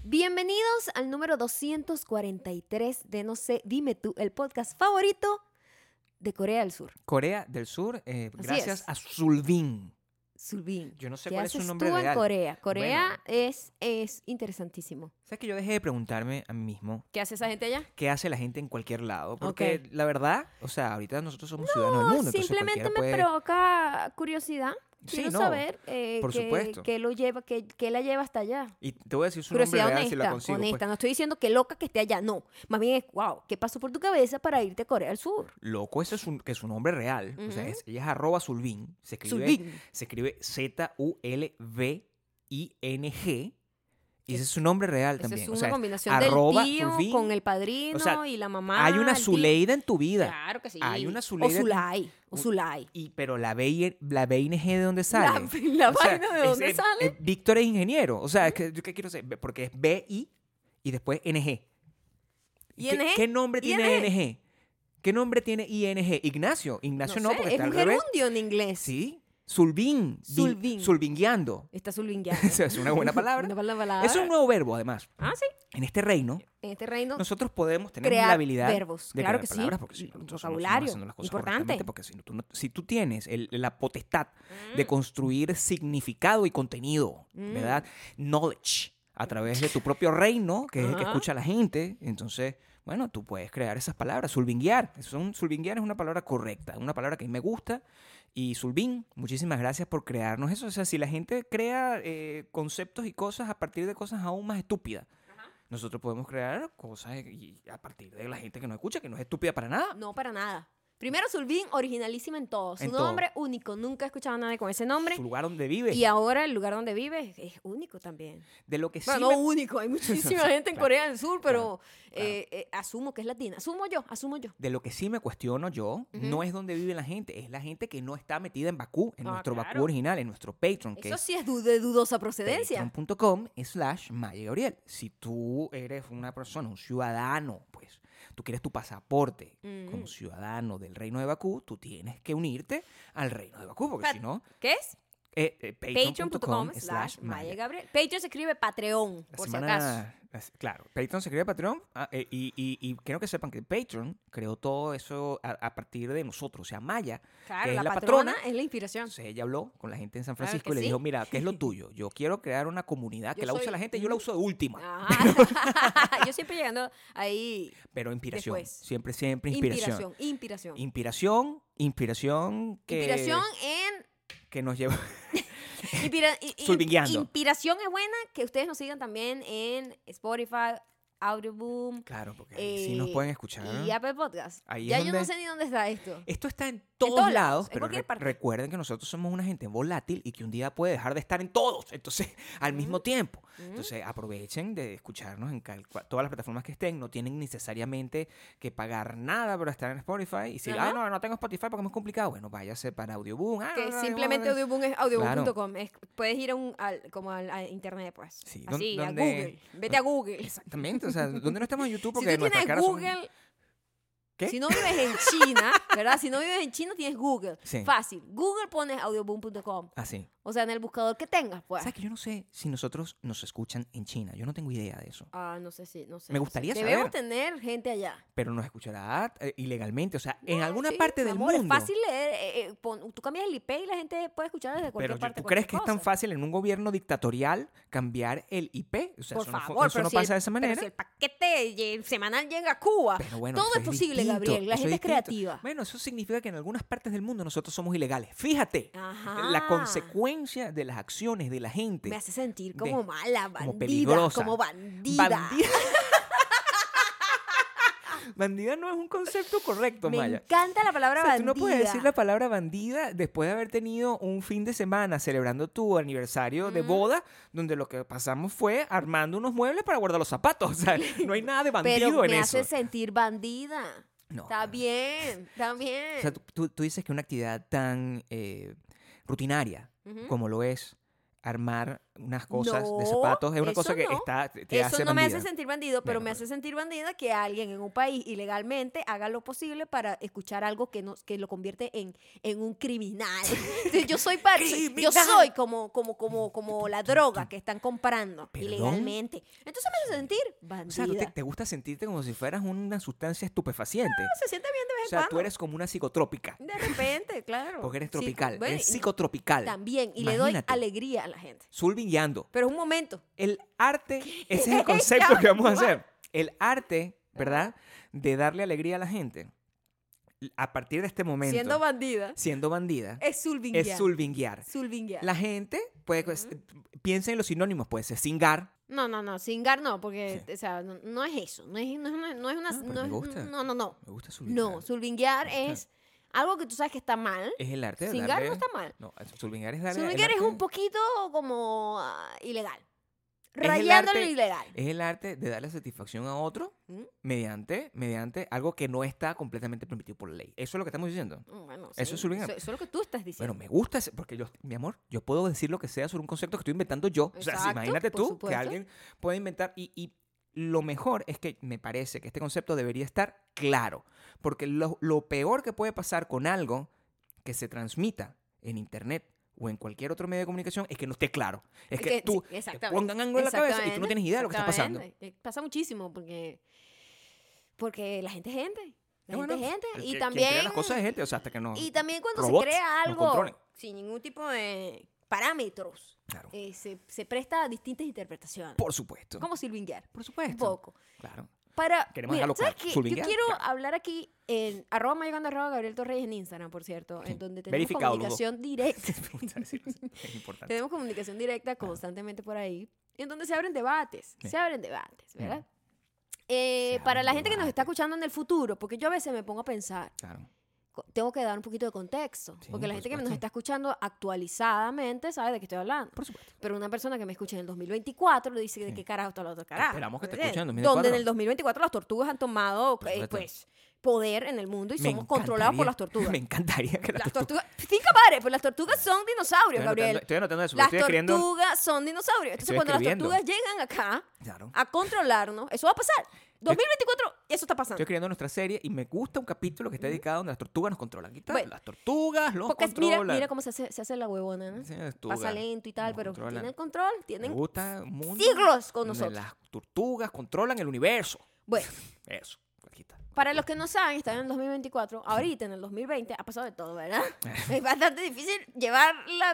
Bienvenidos al número 243 de No sé, dime tú, el podcast favorito de Corea del Sur. Corea del Sur, gracias es. a Sulvin. Sulvin. Yo no sé ¿Qué cuál es su haces nombre tú real. en Corea? Corea Bueno. es interesantísimo. ¿Sabes que yo dejé de preguntarme a mí mismo ¿Qué hace esa gente allá? qué hace la gente en cualquier lado? Porque Ok. la verdad, o sea, ahorita nosotros somos ciudadanos del mundo, entonces Simplemente cualquiera me puede... provoca curiosidad. Sí, Quiero no, saber por supuesto. qué lo lleva, qué la lleva hasta allá. Y te voy a decir su nombre Curiosidad real honesta, si la consigo. honesta. Pues. No estoy diciendo que loca que esté allá, no. Más bien es, wow, ¿qué pasó por tu cabeza para irte a Corea del Sur? Loco, ese es que es su nombre real. O sea, ella es @Sulvin. Sulvin. Se escribe Zulving. Y ese es su nombre real Esa también. es O una sea, combinación del tío @Sulvin. con el padrino O sea, y la mamá. Hay una el tío. Zuleida en tu vida. Claro que sí. Hay una O Zuleida. Zulay. O Zulay. Pero la BING de dónde sale. La O sea, vaina de dónde sale. Víctor es ingeniero. O sea, es que, ¿yo qué quiero decir? Porque es BI y después NG. ¿ING? ¿Qué nombre tiene ING? NG? ¿Qué nombre tiene ING? Ignacio. Ignacio no, sé, porque es está un al revés. gerundio en inglés. Sí. Sulvin. Sulvin. Sulvingueando. Está Sulvingueando. Esa es una buena palabra. Una palabra. Es un nuevo verbo, además. Ah, sí. En este reino, En este reino, nosotros podemos tener crear la habilidad verbos. de Claro crear que sí. palabras, porque si no, nosotros no Vocabulario. estamos haciendo las cosas Importante. correctamente, porque si tú tienes la potestad de construir significado y contenido, ¿verdad? Knowledge a través de tu propio reino, que es el que Ajá. escucha a la gente, entonces, bueno, tú puedes crear esas palabras. Sulvinguear. Sulvinguear es una palabra correcta, una palabra que a mí me gusta. Y Sulvin, muchísimas gracias por crearnos eso. O sea, si la gente crea conceptos y cosas a partir de cosas aún más estúpidas, nosotros podemos crear cosas a partir de la gente que nos escucha, que no es estúpida para nada. No, para nada. Primero, Sulvin, originalísima en todo. Su En todo. nombre único. Nunca he escuchado a nadie con ese nombre. Su lugar donde vive. Y ahora el lugar donde vive es único también. De lo que sí Bueno, me- no único. Hay muchísima gente en Claro, Corea del Sur, pero claro. asumo que es latina. Asumo yo. De lo que sí me cuestiono yo, no es donde vive la gente, es la gente que no está metida en Bakú, en Ah, nuestro claro. Bakú original, en nuestro Patreon, que Eso es sí es de dudosa procedencia. patreon.com/Maya Gabriel. Si tú eres una persona, un ciudadano, pues tú quieres tu pasaporte como ciudadano del Reino de Bakú, tú tienes que unirte al Reino de Bakú, porque si no, ¿Qué es? patreon.com/Maya Patreon.com/Maya Gabriel. Patreon se escribe Patreon, La por semana- si acaso. Claro, Patreon se creó Patreon y quiero que sepan que Patreon creó todo eso a partir de nosotros. O sea, Maya, Claro, que es la la patrona patrona, es la inspiración. entonces ella habló con la gente en San Claro Francisco que y le sí. dijo, mira, ¿qué es lo tuyo? Yo quiero crear una comunidad que Yo la use soy- la gente, yo la uso de última. Ajá. Yo siempre llegando ahí. Pero inspiración, Después. siempre inspiración. Inspiración. Inspiración que, Inspiración en... que nos lleva... Inspiración Sulvingueando. es buena que ustedes nos sigan también en Spotify, Audioboom Claro, porque ahí sí nos pueden escuchar. y Apple Podcast. Ahí es Ya yo no donde- sé ni dónde está esto. Esto está en todos todos lados, lados, en pero cualquier parte. recuerden que nosotros somos una gente volátil y que un día puede dejar de estar en todos, entonces, al mismo tiempo. Entonces, aprovechen de escucharnos en todas las plataformas que estén. No tienen necesariamente que pagar nada para estar en Spotify. Y si, Ajá. no tengo Spotify porque es muy complicado, bueno, váyase para Audioboom. Que no, simplemente Audioboom es audioboom.com. Puedes ir a internet, pues. Sí, Así, a donde- Google. Vete a Google. Exactamente, o sea, donde no estamos en YouTube Si porque tú nuestras tienes caras son- Google, ¿Qué? si no vives en China, ¿verdad? Si no vives en China, tienes Google. Sí. Fácil. Google pones audioboom.com. Así. O sea, en el buscador que tengas, pues. ¿Sabes que yo no sé si nosotros nos escuchan en China? Yo no tengo idea de eso. No sé si, no sé. Me no gustaría sé. saber. Debemos tener gente allá. Pero nos escuchará ilegalmente. O sea, en alguna Sí, parte mi del amor, mundo. es fácil leer. Tú cambias el IP y la gente puede escuchar desde cualquier Pero parte. ¿tú crees que es cualquier tan cosa. fácil en un gobierno dictatorial cambiar el IP? O sea, Por eso no, favor, eso pero no si pasa el- de esa manera. Pero si el paquete semanal llega a Cuba, Pero bueno, todo eso es posible, distinto, Gabriel. La eso gente es distinto. creativa. Bueno, eso significa que en algunas partes del mundo nosotros somos ilegales. Fíjate, Ajá. la consecuencia de las acciones de la gente. Me hace sentir de- como mala, como bandida, peligrosa. como bandida. Bandida. Bandida no es un concepto correcto, Me Maya. encanta la palabra O sea, bandida. tú no puedes decir la palabra bandida después de haber tenido un fin de semana celebrando tu aniversario de boda, donde lo que pasamos fue armando unos muebles para guardar los zapatos. O sea, no hay nada de bandido Pero en me eso. hace sentir bandida. No. Está bien, está bien. O sea, tú dices que una actividad tan rutinaria como lo es armar unas cosas de No, zapatos es una cosa eso que no. te Eso hace no me hace bandida. sentir bandido, pero Bueno, me pues. hace sentir bandida que alguien en un país ilegalmente haga lo posible para escuchar algo que lo convierte en un criminal. Entonces, yo soy yo soy como la droga que están comprando ¿Perdón? ilegalmente. Entonces me hace sentir O sea, bandida. te gusta sentirte como si fueras una sustancia estupefaciente. Se siente bien de vez O en sea, cuando. tú eres como una psicotrópica. De repente, claro. Porque eres Sí, tropical. bueno, Eres y psicotropical. también. Y le doy Imagínate. alegría a la gente. Sulvingando. Pero es un momento. El arte, ese es el concepto Ya, que vamos a igual. hacer. El arte, ¿verdad? De darle alegría a la gente. A partir de este momento, Siendo bandida. siendo bandida, Es sulvinguear. es sulvinguear. Sulvinguear. La gente, pues, piensa en los sinónimos, puede ser singar. No, singar no, porque, Sí. o sea, no es eso. No es una. No, es una, No, pero no me es- gusta. no. Me gusta sulvingar. No, sulvinguear Me gusta. es algo que tú sabes que está mal. Es el arte de Singar darle... no está mal. No, sulvingar es darle... Sulvinguar el es arte- un poquito como ilegal. el Rayando lo arte- ilegal. Es el arte de darle satisfacción a otro ¿Mm? mediante algo que no está completamente permitido por la ley. Eso es lo que estamos diciendo. Bueno, Eso es sulvingar. Eso es lo que tú estás diciendo. Bueno, me gusta, porque yo, mi amor, yo puedo decir lo que sea sobre un concepto que estoy inventando yo. O sea, Exacto, imagínate por tú que supuesto. alguien puede inventar y lo mejor es que me parece que este concepto debería estar claro, porque lo peor que puede pasar con algo que se transmita en internet o en cualquier otro medio de comunicación es que no esté claro. Es que tú sí, te exactamente, pongan ángulo en la cabeza y tú no exactamente, tienes idea de lo que está pasando. exactamente. Pasa muchísimo porque la gente es gente. La Bueno, gente es gente. el Y que- también. quien crea las cosas es gente, o sea, hasta que no. Y también cuando robots se crea nos algo controlen. sin ningún tipo de parámetros, Claro. se presta a distintas interpretaciones. Por supuesto. Como silvinguear. Por Un supuesto. poco. Claro. Mira, Queremos dejarlo ¿sabes claro. qué? Yo Sulvinguear, quiero claro. hablar aquí en @mayocando@Gabriel Torreyes en Instagram, por cierto, Sí. en donde tenemos Verificado, los dos. comunicación directa. Me gusta decirlo así, es importante. Tenemos comunicación directa constantemente por ahí, en donde se abren debates. Sí. Se abren debates, ¿verdad? Se Para abren la gente que nos está debates. escuchando en el futuro, porque yo a veces me pongo a pensar, Claro. tengo que dar un poquito de contexto, Sí, porque la por gente que nos supuesto. está escuchando actualizadamente sabe de qué estoy hablando. Por supuesto. Pero una persona que me escucha en el 2024 le dice de Sí. qué carajo está hablando carajo. Esperamos que te ¿entiendes? escuchen en Donde 2024. en el 2024 las tortugas han tomado Por supuesto. pues poder en el mundo y Me somos controlados por encantaría- las tortugas. Me encantaría que Las tortugas, cinco pares, pues las tortugas son dinosaurios, Gabriel. Estoy anotando eso. Las Estoy escribiendo. tortugas son dinosaurios. Entonces, Estoy cuando las escribiendo. tortugas llegan acá Claro. a controlarnos, eso va a pasar. 2024, eso está pasando. Estoy escribiendo nuestra serie y me gusta un capítulo que está dedicado donde las tortugas nos controlan. ¿Qué tal? Bueno. Las tortugas los Porque controlan. mira cómo se hace la huevona, ¿no? Sí, las tortugas Pasa lento y tal, nos pero controlan. tienen control, Me tienen gusta un mundo siglos con donde nosotros. Las tortugas controlan el universo. Bueno, Eso. Aquí está. para los que no saben, están en el 2024, ahorita en el 2020 ha pasado de todo, ¿verdad? Es bastante difícil llevar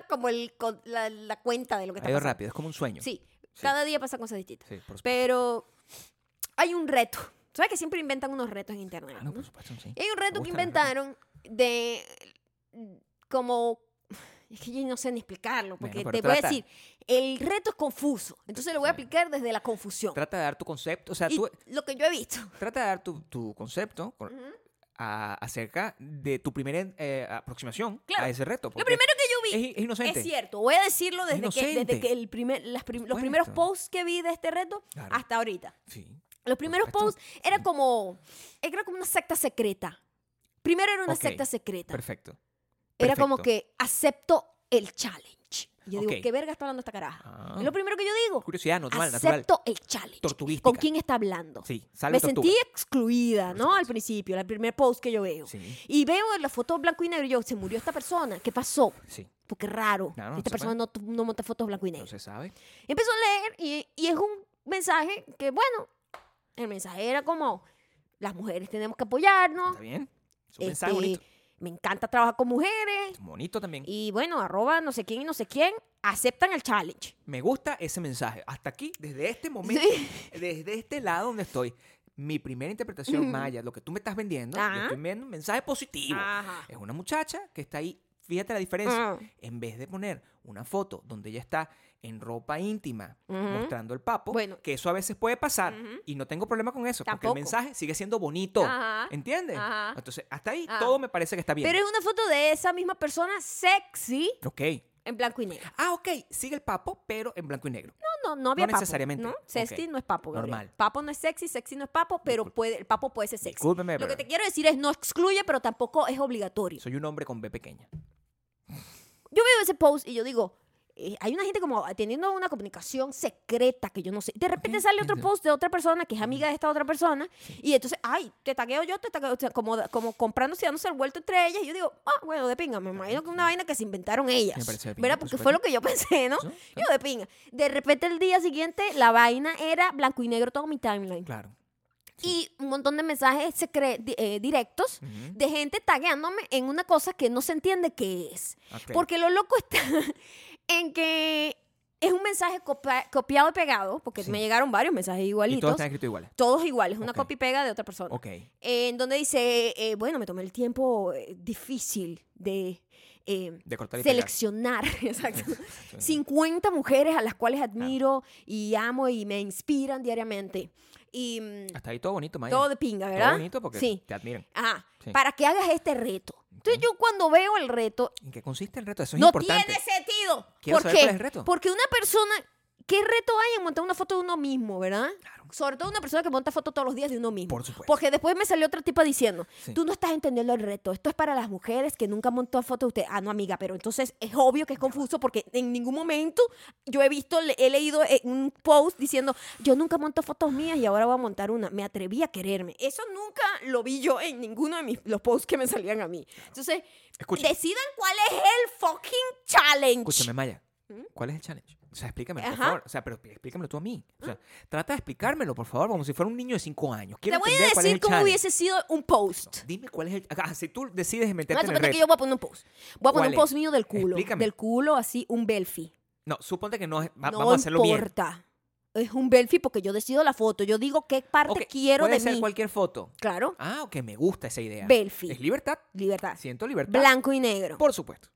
la cuenta de lo que Ha está ido pasando. rápido, es como un sueño. Sí, Sí. cada día pasan cosas distintas. Sí, por supuesto. Pero hay un reto. ¿Sabes que siempre inventan unos retos en internet? Ah, no, ¿no? por supuesto, sí. Y hay un reto Me que gustan los retos. inventaron de como... Es que yo no sé ni explicarlo, porque Bueno, te pero voy a trata. decir, el reto es confuso. Entonces lo voy a Sí. aplicar desde la confusión. Trata de dar tu concepto, o sea, Y tú lo que yo he visto. trata de dar tu concepto acerca de tu primera aproximación Claro. a ese reto. Lo porque primero que yo vi es inocente. es cierto. Voy a decirlo desde inocente. que los primeros supuesto. posts que vi de este reto Claro. hasta ahorita. Sí. Los primeros supuesto. posts era como una secta secreta. Primero era una Ok, secta secreta. Perfecto. Era como Perfecto. que acepto el challenge. Y yo Ok. digo, ¿qué verga está hablando esta caraja? Ah. Es lo primero que yo digo. Curiosidad natural. Acepto el challenge. Tortuguística. ¿Con quién está hablando? Sí, salve Me tortuga. sentí excluida, Por ¿no? supuesto. Al principio, el primer post que yo veo. Sí, Y veo la foto blanco y negro y yo, se murió esta persona. ¿Qué pasó? sí. Porque es raro. Claro, no Esta se persona no monta fotos blanco y negro. No se sabe. Empezó a leer y es un mensaje que, bueno, el mensaje era como, las mujeres tenemos que apoyarnos. ¿Está bien? Es un mensaje bonito. Me encanta trabajar con mujeres. Es bonito también. Y bueno, @ no sé quién y no sé quién aceptan el challenge. Me gusta ese mensaje. Hasta aquí, desde este momento, Sí. desde este lado donde estoy, mi primera interpretación, Maya, lo que tú me estás vendiendo, yo Ajá. estoy viendo un mensaje positivo. Ajá. Es una muchacha que está ahí. Fíjate la diferencia. Ah. En vez de poner una foto donde ella está en ropa íntima Ujú. mostrando el papo, Bueno. que eso a veces puede pasar Ujú. y no tengo problema con eso, porque Tampoco. el mensaje sigue siendo bonito. Ajá. ¿Entiendes? Ajá. Entonces, hasta ahí Ah. todo me parece que está bien. Pero es una foto de esa misma persona sexy Ok. en blanco y negro. Ah, ok. Sigue el papo, pero en blanco y negro. No había papo. necesariamente. ¿no? Ok. Sexy no es papo, Gabriel. Normal. Papo no es sexy no es papo, pero Disculpe. el papo puede ser sexy. Discúlpeme, Lo que pero te quiero decir es no excluye, pero tampoco es obligatorio. soy un hombre con B pequeña. Yo veo ese post y yo digo, hay una gente como teniendo una comunicación secreta que yo no sé. De repente Ok, sale otro entiendo. post de otra persona que es amiga de esta otra persona y entonces, ay, te tagueo yo, o sea, como comprándose y dándose el vuelto entre ellas. Y yo digo, bueno, de pinga, me imagino que una vaina que se inventaron ellas. Me parece de pinga, ¿Verdad? por Porque fue supuesto. lo que yo pensé, ¿no? Eso, Yo de pinga. De repente el día siguiente la vaina era blanco y negro todo mi timeline. Claro. Y un montón de mensajes directos Ujú. de gente tagueándome en una cosa que no se entiende qué es. Ok. Porque lo loco está en que es un mensaje copiado y pegado, porque Sí. me llegaron varios mensajes Y todos igualitos. están escritos iguales. Todos iguales, una Ok. copia y pega de otra persona. Ok. En donde dice, bueno, me tomé el tiempo difícil de De cortar y pegar. seleccionar, exacto, Sí. 50 mujeres a las cuales admiro y amo y me inspiran diariamente. Y Hasta ahí todo bonito, Maya. todo de pinga, ¿verdad? Todo bonito porque Sí. te admiran. Ajá, Sí. para que hagas este reto. Entonces yo cuando veo el reto, ¿En qué consiste el reto? Eso es no importante. tiene sentido. Quiero ¿Por saber qué? cuál es el reto. Porque una persona, ¿qué reto hay en montar una foto de uno mismo, verdad? Claro. Sobre todo una persona que monta fotos todos los días de uno mismo. Por supuesto. Porque después me salió otra tipa diciendo, Sí. tú no estás entendiendo el reto, esto es para las mujeres que nunca montó fotos de usted. Ah, no, amiga, pero entonces es obvio que es confuso porque en ningún momento yo he leído un post diciendo, yo nunca monto fotos mías y ahora voy a montar una. Me atreví a quererme. Eso nunca lo vi yo en ninguno de los posts que me salían a mí. Entonces, Escucha. decidan cuál es el fucking challenge. Escúchame, Maya. ¿Mm? ¿Cuál es el challenge? O sea, explícamelo, por Ajá. favor. O sea, pero explícamelo tú a mí. O sea, trata de explicármelo, por favor, como si fuera un niño de 5 años. Te Quiero voy a entender cuál es decir el cómo challenge. hubiese sido un post. Dime cuál es el... si tú decides Vamos meterte a en el suponer que reto. yo voy a poner un post. Voy a poner ¿Cuál un es? post mío del culo. Explícame. Del culo, así, un belfi. No, suponte que no es... No vamos a hacerlo bien. importa. Es un belfi porque yo decido la foto. Yo digo qué parte Ok, quiero puede de ser mí. cualquier foto. Claro. Ah, ok, me gusta esa idea. Belfi. Es libertad. Libertad. Siento libertad. Blanco y negro. Por supuesto.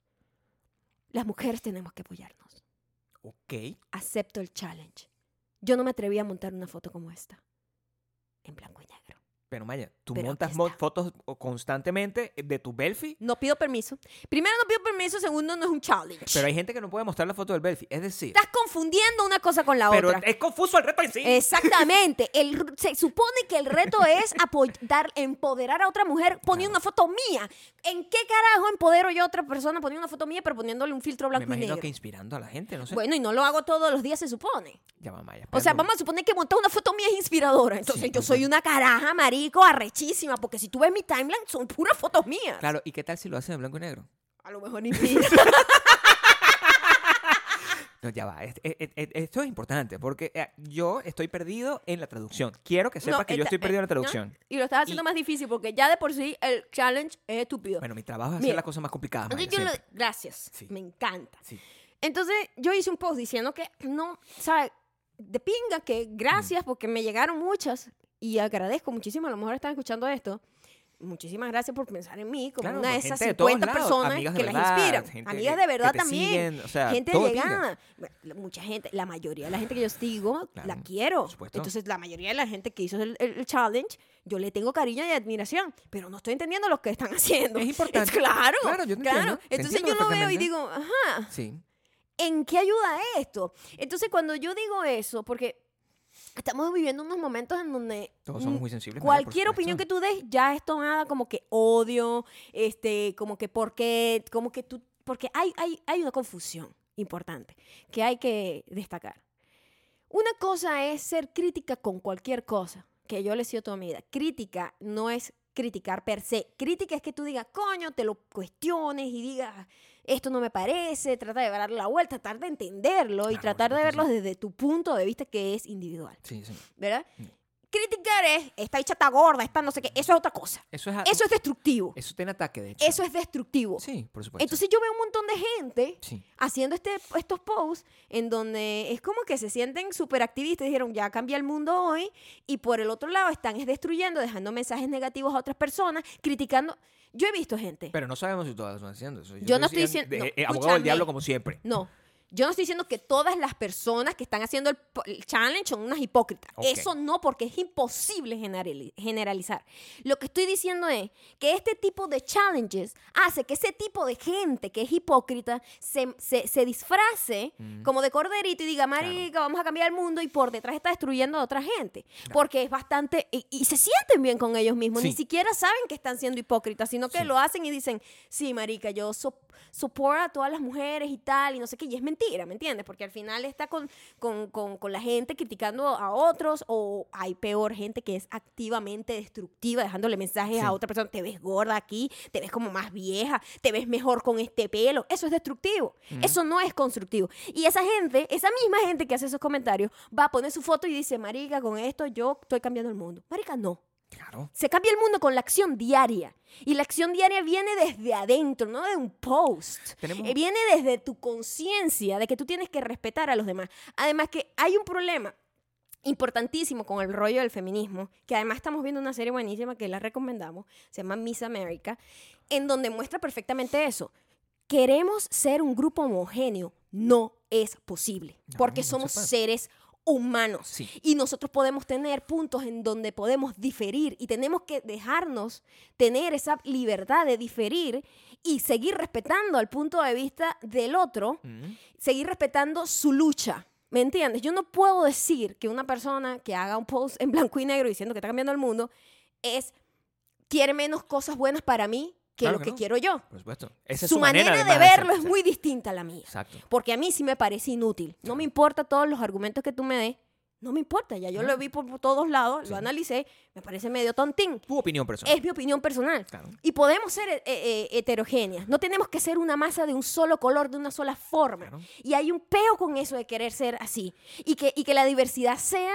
Las mujeres tenemos que apoyarnos. Ok. Acepto el challenge. Yo no me atreví a montar una foto como esta. En blanco y negro. Pero Maya, tú Pero montas aquí está. fotos constantemente de tu Belfi, No pido permiso. Primero, no pido permiso. Segundo, no es un challenge. pero hay gente que no puede mostrar la foto del Belfi. Es decir, Estás confundiendo una cosa con la pero otra. es confuso el reto en sí. Exactamente. Se supone que el reto es empoderar a otra mujer poniendo una foto mía. ¿En qué carajo empodero yo a otra persona poniendo una foto mía pero poniéndole un filtro Me blanco y imagino negro? que inspirando a la gente, no sé. Bueno, y no lo hago todos los días, se supone. Ya va, Maya. O sea, espérate vamos a suponer que montar una foto mía es inspiradora. Entonces Sí, yo por soy supuesto. una caraja, marico, arrechísima. Porque si tú ves mi timeline, son puras fotos mías. Claro, ¿y qué tal si lo hacen en blanco y negro? A lo mejor inspira. No, ya va. Esto es importante porque yo estoy perdido en la traducción. Quiero que sepas que yo estoy perdido en la traducción. Y lo estás haciendo más difícil porque ya de por sí el challenge es estúpido. Bueno, mi trabajo es hacer Mira. las cosas más complicadas. Maya, Entonces siempre. gracias. Sí. Me encanta. Sí. Entonces yo hice un post diciendo que no, ¿sabes? De pinga, que gracias porque me llegaron muchas y agradezco muchísimo, a lo mejor están escuchando esto. Muchísimas gracias por pensar en mí como Claro, una de por esas gente de todos 50 lados, personas amigas de que las verdad, inspiran. gente Amigas que- de verdad que te también. siguen, o sea, gente todo de pinga. llegada. Bueno, mucha gente, la mayoría de la gente que yo sigo, Claro, la quiero. por supuesto. Entonces, la mayoría de la gente que hizo el challenge, yo le tengo cariño y admiración, pero no estoy entendiendo lo que están haciendo. Es importante. Claro, Claro, yo te entiendo. Te Entonces entiendo yo lo veo y perfectamente. digo, ajá. Sí. ¿En qué ayuda esto? Entonces, cuando yo digo eso, porque estamos viviendo unos momentos en donde Todos somos muy sensibles. Maya, por cualquier supuesto. opinión que tú des ya es tomada como que odio, como que porque, como que tú, porque hay una confusión importante que hay que destacar. Una cosa es ser crítica con cualquier cosa, que yo le he sido toda mi vida. Crítica no es criticar per se. Crítica es que tú digas, coño, te lo cuestiones y digas, esto no me parece, trata de darle la vuelta, tratar de entenderlo y Claro, por tratar de supuesto, verlo sí. desde tu punto de vista que es individual, Sí, sí. ¿verdad? Mm. Criticar es, esta bicha está gorda, esta no sé qué, eso es otra cosa. Eso es, Eso es destructivo. eso tiene ataque, de hecho. Eso es destructivo. Sí, por supuesto. Entonces yo veo un montón de gente Sí. haciendo estos posts en donde es como que se sienten súper activistas, dijeron ya cambia el mundo hoy, y por el otro lado están destruyendo, dejando mensajes negativos a otras personas, criticando. Yo he visto gente. Pero no sabemos si todas lo están haciendo eso. Yo no estoy diciendo- no, abogado del escúchame. diablo como siempre. No. Yo no estoy diciendo que todas las personas que están haciendo el challenge son unas hipócritas. Ok. Eso no, porque es imposible generalizar. Lo que estoy diciendo es que este tipo de challenges hace que ese tipo de gente que es hipócrita se disfrace como de corderito y diga, marica, vamos a cambiar el mundo, y por detrás está destruyendo a otra gente. Porque es bastante... Y se sienten bien con ellos mismos. Sí. Ni siquiera saben que están siendo hipócritas, sino que Sí. lo hacen y dicen, sí, marica, yo soporto a todas las mujeres y tal, y no sé qué. Y es mentira. mentira, ¿me entiendes? Porque al final está con la gente criticando a otros, o hay peor, gente que es activamente destructiva, dejándole mensajes Sí. a otra persona. Te ves gorda aquí, te ves como más vieja, te ves mejor con este pelo. Eso es destructivo. Eso no es constructivo. Y esa gente, esa misma gente que hace esos comentarios, va a poner su foto y dice, marica, con esto yo estoy cambiando el mundo. Marica, no. Claro. Se cambia el mundo con la acción diaria. Y la acción diaria viene desde adentro, no de un post. Viene desde tu conciencia de que tú tienes que respetar a los demás. Además que hay un problema importantísimo con el rollo del feminismo, que además estamos viendo una serie buenísima que la recomendamos, se llama Miss America, en donde muestra perfectamente eso. Queremos ser un grupo homogéneo. No es posible, porque somos seres humanos. Sí. Y nosotros podemos tener puntos en donde podemos diferir y tenemos que dejarnos tener esa libertad de diferir y seguir respetando el punto de vista del otro, seguir respetando su lucha. ¿Me entiendes? Yo no puedo decir que una persona que haga un post en blanco y negro diciendo que está cambiando el mundo quiere menos cosas buenas para mí que Claro lo que que no. quiero yo. Por supuesto. Esa es Su manera de además, verlo ser. es muy distinta a la mía. Exacto. Porque a mí sí me parece inútil. No me importa todos los argumentos que tú me des. No me importa. Ya yo lo vi por todos lados, Sí. lo analicé. Me parece medio tontín. Tu opinión personal. Es mi opinión personal. Claro. Y podemos ser heterogéneas. No tenemos que ser una masa de un solo color, de una sola forma. Claro. Y hay un peo con eso de querer ser así. Y que la diversidad sea,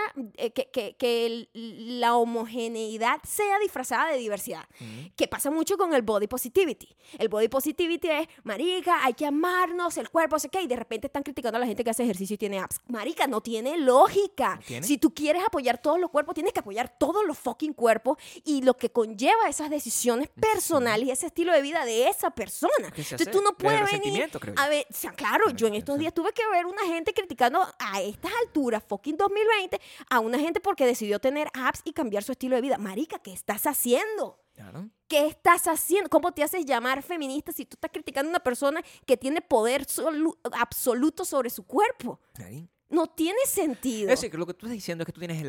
la homogeneidad sea disfrazada de diversidad. Que pasa mucho con el body positivity. El body positivity es, marica, hay que amarnos, el cuerpo, sé qué. Y de repente están criticando a la gente que hace ejercicio y tiene abs. Marica, no tiene lógica. ¿No tiene? Si tú quieres apoyar todos los cuerpos, tienes que apoyar todos los fucking cuerpos y lo que conlleva esas decisiones personales y ese estilo de vida de esa persona. Que se Entonces hace tú no desde puedes el venir resentimiento, creo yo. a ver, o sea, claro, yo en estos Sí. días tuve que ver una gente criticando a estas alturas, fucking 2020, a una gente porque decidió tener abs y cambiar su estilo de vida. Marica, ¿qué estás haciendo? Claro. ¿Qué estás haciendo? ¿Cómo te haces llamar feminista si tú estás criticando a una persona que tiene poder absoluto sobre su cuerpo? Ahí. No tiene sentido. Es decir, que lo que tú estás diciendo es que tú tienes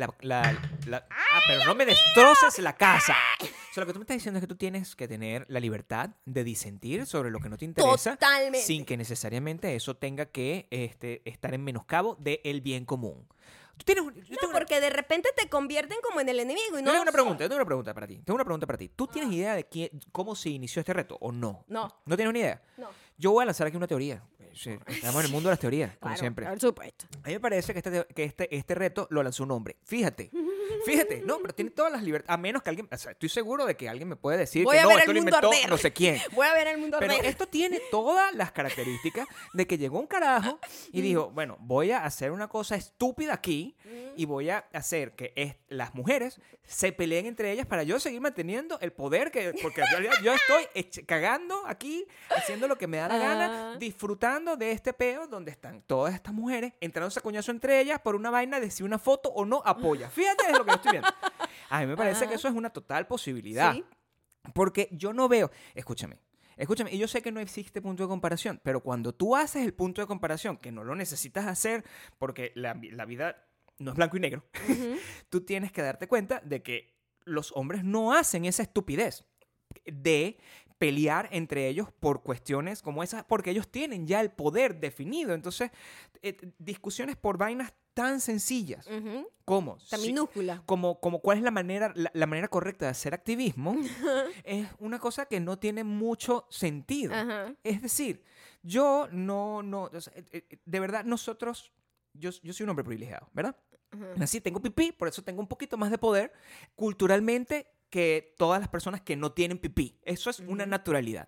pero no me destroces la casa. O sea, lo que tú me estás diciendo es que tú tienes que tener la libertad de disentir sobre lo que no te interesa. Totalmente. Sin que necesariamente eso tenga que estar en menoscabo del bien común. Tú tienes, No, porque de repente te convierten como en el enemigo y no yo tengo lo una son. pregunta, yo tengo una pregunta para ti. Tengo una pregunta para ti. ¿Tú tienes idea de cómo se inició este reto o no? No. ¿No tienes una idea? No. Yo voy a lanzar aquí una teoría. Sí, estamos en el mundo de las teorías, como Claro, siempre. por supuesto. A mí me parece que este reto lo lanzó un hombre. Fíjate, no, pero tiene todas las libertades. A menos que alguien, o sea, estoy seguro de que alguien me puede decir Voy que a no, ver esto el lo mundo inventó arder. no sé quién. Voy a ver el mundo Pero arder. esto tiene todas las características de que llegó un carajo y dijo, bueno, voy a hacer una cosa estúpida aquí y voy a hacer que las mujeres se peleen entre ellas para yo seguir manteniendo el poder porque en realidad yo estoy cagando aquí, haciendo lo que me da la gana, disfrutando de este peo donde están todas estas mujeres entrándose a coñazo entre ellas por una vaina de si una foto o no apoya. Fíjate es lo que yo estoy viendo. A mí me parece que eso es una total posibilidad. Sí. Porque yo no veo... Escúchame, y yo sé que no existe punto de comparación, pero cuando tú haces el punto de comparación, que no lo necesitas hacer porque la vida no es blanco y negro, tú tienes que darte cuenta de que los hombres no hacen esa estupidez de pelear entre ellos por cuestiones como esas, porque ellos tienen ya el poder definido. Entonces, discusiones por vainas tan sencillas como... Tan minúscula. Como cuál es la manera correcta de hacer activismo, es una cosa que no tiene mucho sentido. Ajá. Es decir, yo no, o sea, de verdad nosotros, yo soy un hombre privilegiado, ¿verdad? Así tengo pipí, por eso tengo un poquito más de poder culturalmente que todas las personas que no tienen pipí. Eso es una naturalidad.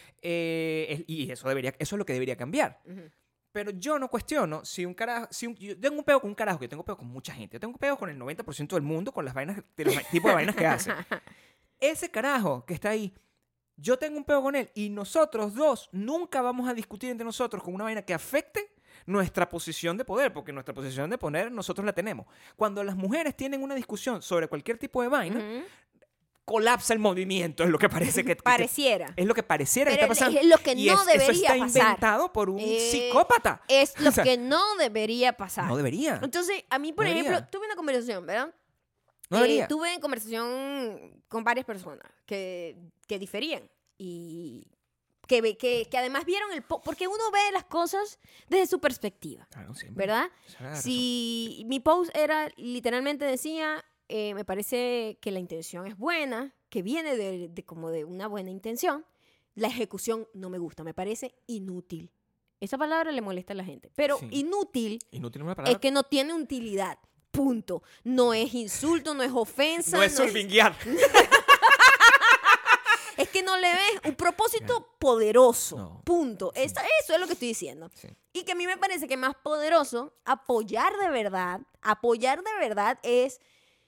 Y eso es lo que debería cambiar. Pero yo no cuestiono si un carajo... yo tengo un peo con un carajo, que tengo peo con mucha gente. Yo tengo peo con el 90% del mundo, con las vainas, de los tipos de vainas que hace. Ese carajo que está ahí, yo tengo un peo con él y nosotros dos nunca vamos a discutir entre nosotros con una vaina que afecte nuestra posición de poder, porque nuestra posición de poder nosotros la tenemos. Cuando las mujeres tienen una discusión sobre cualquier tipo de vaina, colapsa el movimiento, es lo que parece que... Pareciera. Es lo que pareciera Pero que está pasando. es lo que Y no eso debería está pasar. inventado por un psicópata. Es lo O sea, que no debería pasar. No debería. Entonces, a mí, por No ejemplo, debería. tuve una conversación, ¿verdad? No debería. Tuve conversación con varias personas que diferían. Y que además vieron porque uno ve las cosas desde su perspectiva, Claro, siempre. ¿verdad? Esa es la razón. Si mi post era, literalmente decía, me parece que la intención es buena, que viene como de una buena intención, la ejecución no me gusta, me parece inútil. Esa palabra le molesta a la gente, pero Sí. inútil Inútil es una palabra. es que no tiene utilidad, punto. No es insulto, no es ofensa. No es survinguear. Es que no le ves un propósito poderoso. No. Punto. Eso es lo que estoy diciendo. Sí. Y que a mí me parece que más poderoso apoyar de verdad es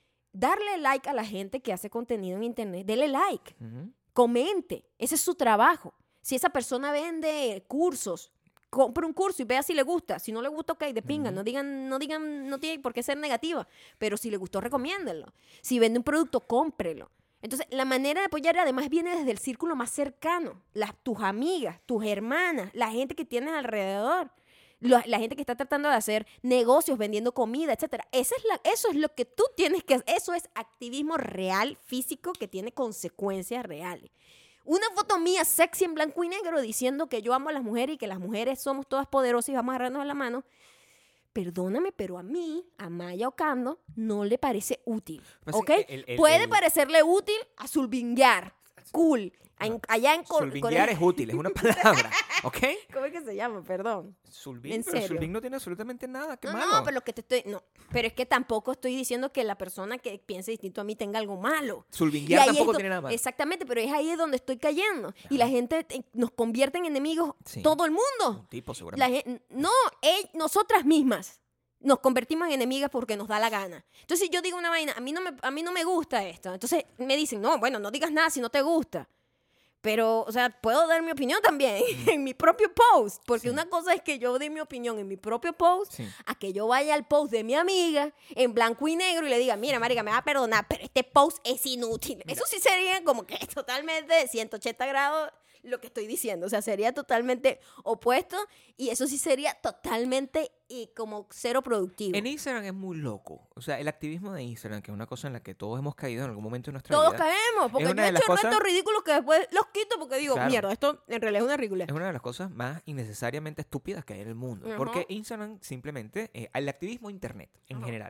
darle like a la gente que hace contenido en internet. Dele like, Ujú. comente. Ese es su trabajo. Si esa persona vende cursos, compre un curso y vea si le gusta. Si no le gusta, ok, de pinga. No digan, no tiene por qué ser negativa. Pero si le gustó, recomiéndenlo. Si vende un producto, cómprelo. Entonces, la manera de apoyar además viene desde el círculo más cercano. Tus amigas, tus hermanas, la gente que tienes alrededor. La gente que está tratando de hacer negocios, vendiendo comida, etcétera. Eso es lo que tú tienes que hacer. Eso es activismo real, físico, que tiene consecuencias reales. Una foto mía sexy en blanco y negro diciendo que yo amo a las mujeres y que las mujeres somos todas poderosas y vamos a agarrarnos de la mano. Perdóname, pero a mí, a Maya Ocando, no le parece útil, Pues ¿ok? sí, Puede parecerle útil a Zulbinguear, cool, allá en Survinguear Corea. es útil, es una palabra. ¿Ok? ¿Cómo es que se llama? Perdón. Surving, ¿En pero serio? surving no tiene absolutamente nada. Qué No, malo. no, pero lo que te estoy... No, pero es que tampoco estoy diciendo que la persona que piense distinto a mí tenga algo malo. Survinguear Y ahí tampoco es tiene nada malo. Exactamente, pero es ahí donde estoy cayendo. Y la gente nos convierte en enemigos, Sí. todo el mundo. Un tipo, La seguramente. no, nosotras mismas nos convertimos en enemigas porque nos da la gana. Entonces, si yo digo una vaina, a mí no me gusta esto. Entonces, me dicen, no, bueno, no digas nada si no te gusta. Pero, o sea, puedo dar mi opinión también en mi propio post. Porque Sí. una cosa es que yo dé mi opinión en mi propio post, Sí. a que yo vaya al post de mi amiga en blanco y negro y le diga, mira, marica, me va a perdonar, pero este post es inútil. Eso sí sería como que totalmente de 180 grados lo que estoy diciendo. O sea, sería totalmente opuesto y eso sí sería totalmente y como cero productivo. En Instagram es muy loco. O sea, el activismo de Instagram, que es una cosa en la que todos hemos caído en algún momento de nuestra Todos vida. caemos, porque es yo una he de las hecho cosas- retos ridículos que después los quito porque digo, Claro. mierda, esto en realidad es una ridiculez. Es una de las cosas más innecesariamente estúpidas que hay en el mundo. Ajá. Porque Instagram simplemente, el activismo internet en Ajá. general,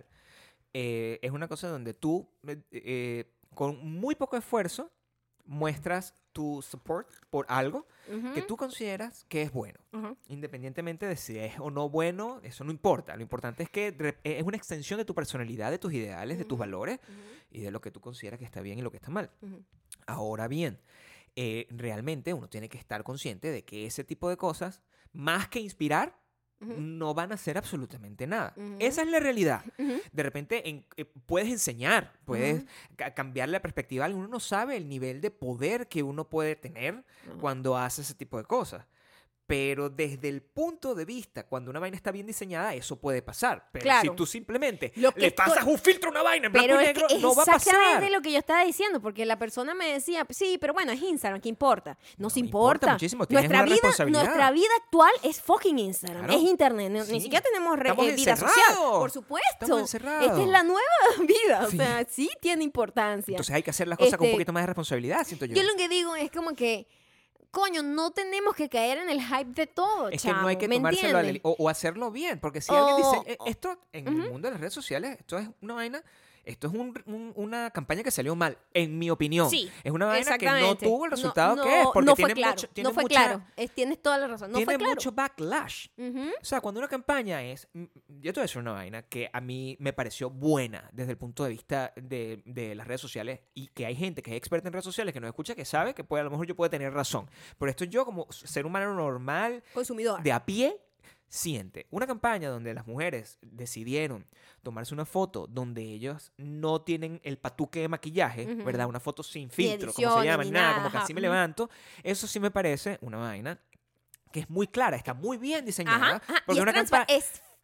es una cosa donde tú, con muy poco esfuerzo, muestras tu support por algo Ujú, que tú consideras que es bueno. ujú. Independientemente de si es o no bueno, eso no importa. Lo importante es que es una extensión de tu personalidad, de tus ideales, de tus Ujú. valores Ujú, y de lo que tú consideras que está bien y lo que está mal. ujú. Ahora bien, realmente uno tiene que estar consciente de que ese tipo de cosas, más que inspirar, Ujú. no van a hacer absolutamente nada. Ujú. Esa es la realidad. Ujú. De repente puedes enseñar, puedes cambiar la perspectiva. Uno no sabe el nivel de poder que uno puede tener Ujú. cuando hace ese tipo de cosas. Pero desde el punto de vista, cuando una vaina está bien diseñada, eso puede pasar. Pero Claro. si tú simplemente Lo que le pasas un filtro a una vaina en blanco Pero y es que negro, es no va a pasar. exactamente lo que yo estaba diciendo, porque la persona me decía, sí, pero bueno, es Instagram, ¿qué importa? Nos No, importa importa. muchísimo, tienes una responsabilidad. Nuestra vida actual es fucking Instagram, Claro. es internet, ni Sí. siquiera tenemos Estamos vida social. encerrados. Por supuesto. Estamos encerrados. Esta es la nueva vida, o Sí. sea, sí tiene importancia. Entonces hay que hacer las cosas con un Este, poquito más de responsabilidad, siento yo. Yo lo que digo es como que, coño, no tenemos que caer en el hype de todo, Es que no hay que ¿me tomárselo entiendes? o hacerlo bien, porque si alguien O- dice, esto en el mundo de las redes sociales, esto es una vaina, esto es una campaña que salió mal, en mi opinión. Sí, Es una vaina que no exactamente. tuvo el resultado No, que es, porque no fue tiene claro, mucho, tiene no fue mucha- claro. Tienes toda la razón, no tiene fue claro. mucho backlash. Ujú. O sea, cuando una campaña yo te voy a decir una vaina que a mí me pareció buena desde el punto de vista de las redes sociales y que hay gente que es experta en redes sociales que nos escucha que sabe que a lo mejor yo puedo tener razón. Pero esto yo como ser humano normal, Consumidor. de a pie, siente. Una campaña donde las mujeres decidieron tomarse una foto donde ellos no tienen el patuque de maquillaje, Ujú. ¿verdad? Una foto sin filtro, como se ediciones, llama, ni nada, nada, como que ajá. así me Ujú. levanto. Eso sí me parece una vaina que es muy clara, está muy bien diseñada. Ajá, ajá. Porque Y una es, campaña...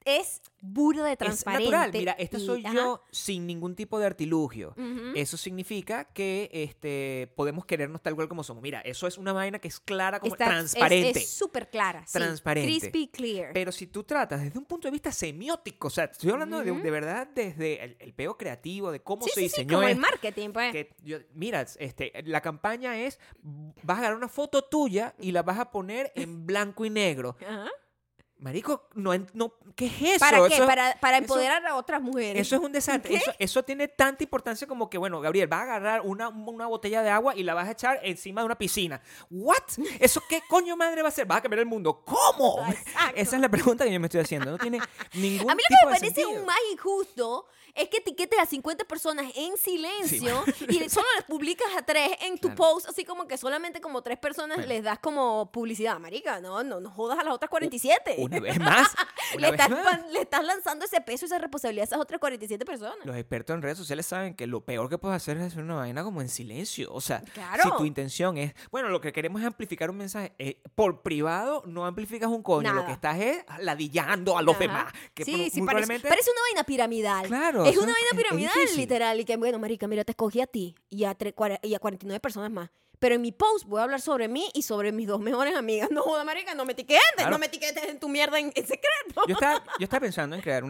es burda de transparente. Es natural. Mira, esta y- soy ajá. yo sin ningún tipo de artilugio. Ujú. Eso significa que podemos querernos tal cual como somos. Mira, eso es una vaina que es clara, como Está- transparente. Es súper clara. sí. Transparente. Crispy clear. Pero si tú tratas desde un punto de vista semiótico, o sea, estoy hablando de verdad desde el peo creativo, de cómo se sí, diseñó como el esto. marketing, pues. Mira, la campaña es, vas a agarrar una foto tuya y la vas a poner en blanco y negro. Ajá. Marico, ¿qué es eso? ¿Para qué? Eso- Para eso- empoderar a otras mujeres. Eso es un desastre. Eso tiene tanta importancia como que, bueno, Gabriel, vas a agarrar una botella de agua y la vas a echar encima de una piscina. ¿What? ¿Eso qué coño madre va a hacer? ¿Vas a cambiar el mundo? ¿Cómo? Exacto. Esa es la pregunta que yo me estoy haciendo. No tiene ningún A mí lo tipo que me de parece sentido. un más injusto es que etiquetes a 50 personas en silencio y solo les publicas a 3 en tu Claro. post, así como que solamente como 3 personas Bueno. les das como publicidad. Marica, no jodas a las otras 47. Una vez más. le, Una vez más. le estás lanzando ese peso y esa responsabilidad a esas otras 47 personas. Los expertos en redes sociales saben que lo peor que puedes hacer es hacer una vaina como en silencio. O sea, Claro. si tu intención es, bueno, lo que queremos es amplificar un mensaje, por privado no amplificas un coño. Nada. Lo que estás es ladillando a los Ajá. demás. Que Sí, muy parece, probablemente... parece una vaina piramidal. Claro, Es eso una vaina es piramidal, difícil. literal. Y que, bueno, marica, mira, te escogí a ti y a 49 personas más. Pero en mi post voy a hablar sobre mí y sobre mis 2 mejores amigas. No joda, marica, no me etiquetes. Claro. No me etiquetes en tu mierda en secreto. Yo estaba pensando en crear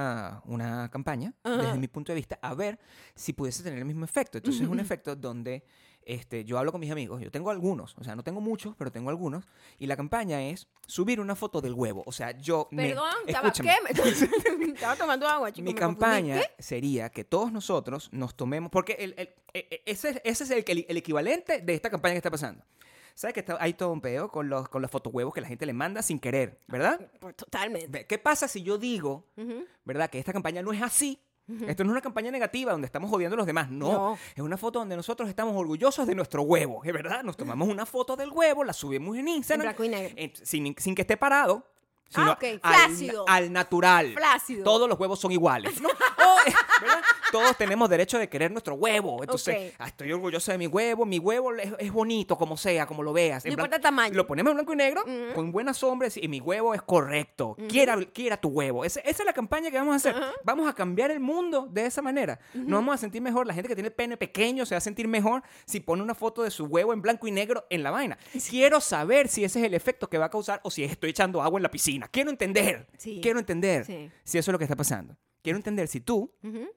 una campaña, Ajá. desde mi punto de vista, a ver si pudiese tener el mismo efecto. Entonces es un efecto donde yo hablo con mis amigos, yo tengo algunos, o sea, no tengo muchos, pero tengo algunos, y la campaña es subir una foto del huevo. O sea, Perdón, escúchame, ¿qué? Estaba tomando agua, chico. mi me campaña confundí. sería que todos nosotros nos tomemos, porque ese es el equivalente de esta campaña que está pasando. ¿Sabes que hay todo un peo con los fotohuevos que la gente le manda sin querer, verdad? Pues, totalmente. ¿Qué pasa si yo digo, Ujú. verdad, que esta campaña no es así? Esto no es una campaña negativa donde estamos jodiendo a los demás, no. No. Es una foto donde nosotros estamos orgullosos de nuestro huevo, es verdad. Nos tomamos una foto del huevo, la subimos en Instagram. En blanco y negro. Sin que esté parado. Sino Ok, flácido. al natural. Flácido. Todos los huevos son iguales. ¿No? ¿Verdad? Todos tenemos derecho de querer nuestro huevo. Entonces, Ok. estoy orgulloso de mi huevo. Mi huevo es bonito, como sea, como lo veas. No En importa blanco- el tamaño. Lo ponemos en blanco y negro, Ujú. con buenas sombras, y mi huevo es correcto. Quiera tu huevo. Esa es la campaña que vamos a hacer. Ajá. Vamos a cambiar el mundo de esa manera. Nos vamos a sentir mejor. La gente que tiene el pene pequeño se va a sentir mejor si pone una foto de su huevo en blanco y negro en la vaina. Quiero saber si ese es el efecto que va a causar o si estoy echando agua en la piscina. Quiero entender. Sí. Quiero entender Sí. si eso es lo que está pasando. Quiero entender si tú, Ujú.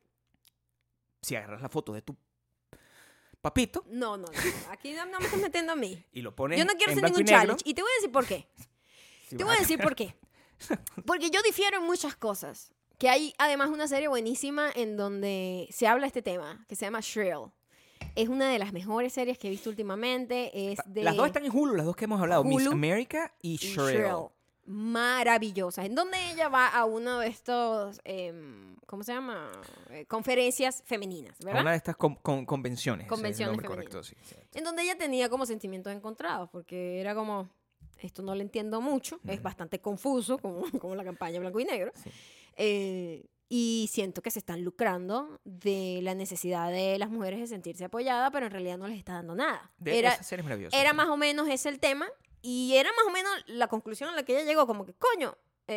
si agarras la foto de tu papito No. Aquí no me estás metiendo a mí. y lo pones Yo no quiero en hacer blanco ningún y negro, challenge. Y te voy a decir por qué. si Te vas voy a a decir por qué. Porque yo difiero en muchas cosas. Que hay además una serie buenísima en donde se habla de este tema, que se llama Shrill. Es una de las mejores series que he visto últimamente. Es de Las dos están en Hulu, las dos que hemos hablado, Miss Hulu America y y Shrill. Maravillosas. En donde ella va a uno de estos, ¿cómo se llama? Conferencias femeninas, A ¿verdad? una de estas convenciones. ese es el Convenciones nombre femeninas. correcto, sí, cierto. En donde ella tenía como sentimientos encontrados, porque era como, esto no lo entiendo mucho, es bastante confuso, como la campaña blanco y negro. Sí. Y siento que se están lucrando de la necesidad de las mujeres de sentirse apoyadas, pero en realidad no les está dando nada. Esa serie es maravillosa. Era sí. más o menos ese el tema, y era más o menos la conclusión a la que ella llegó, como que, coño,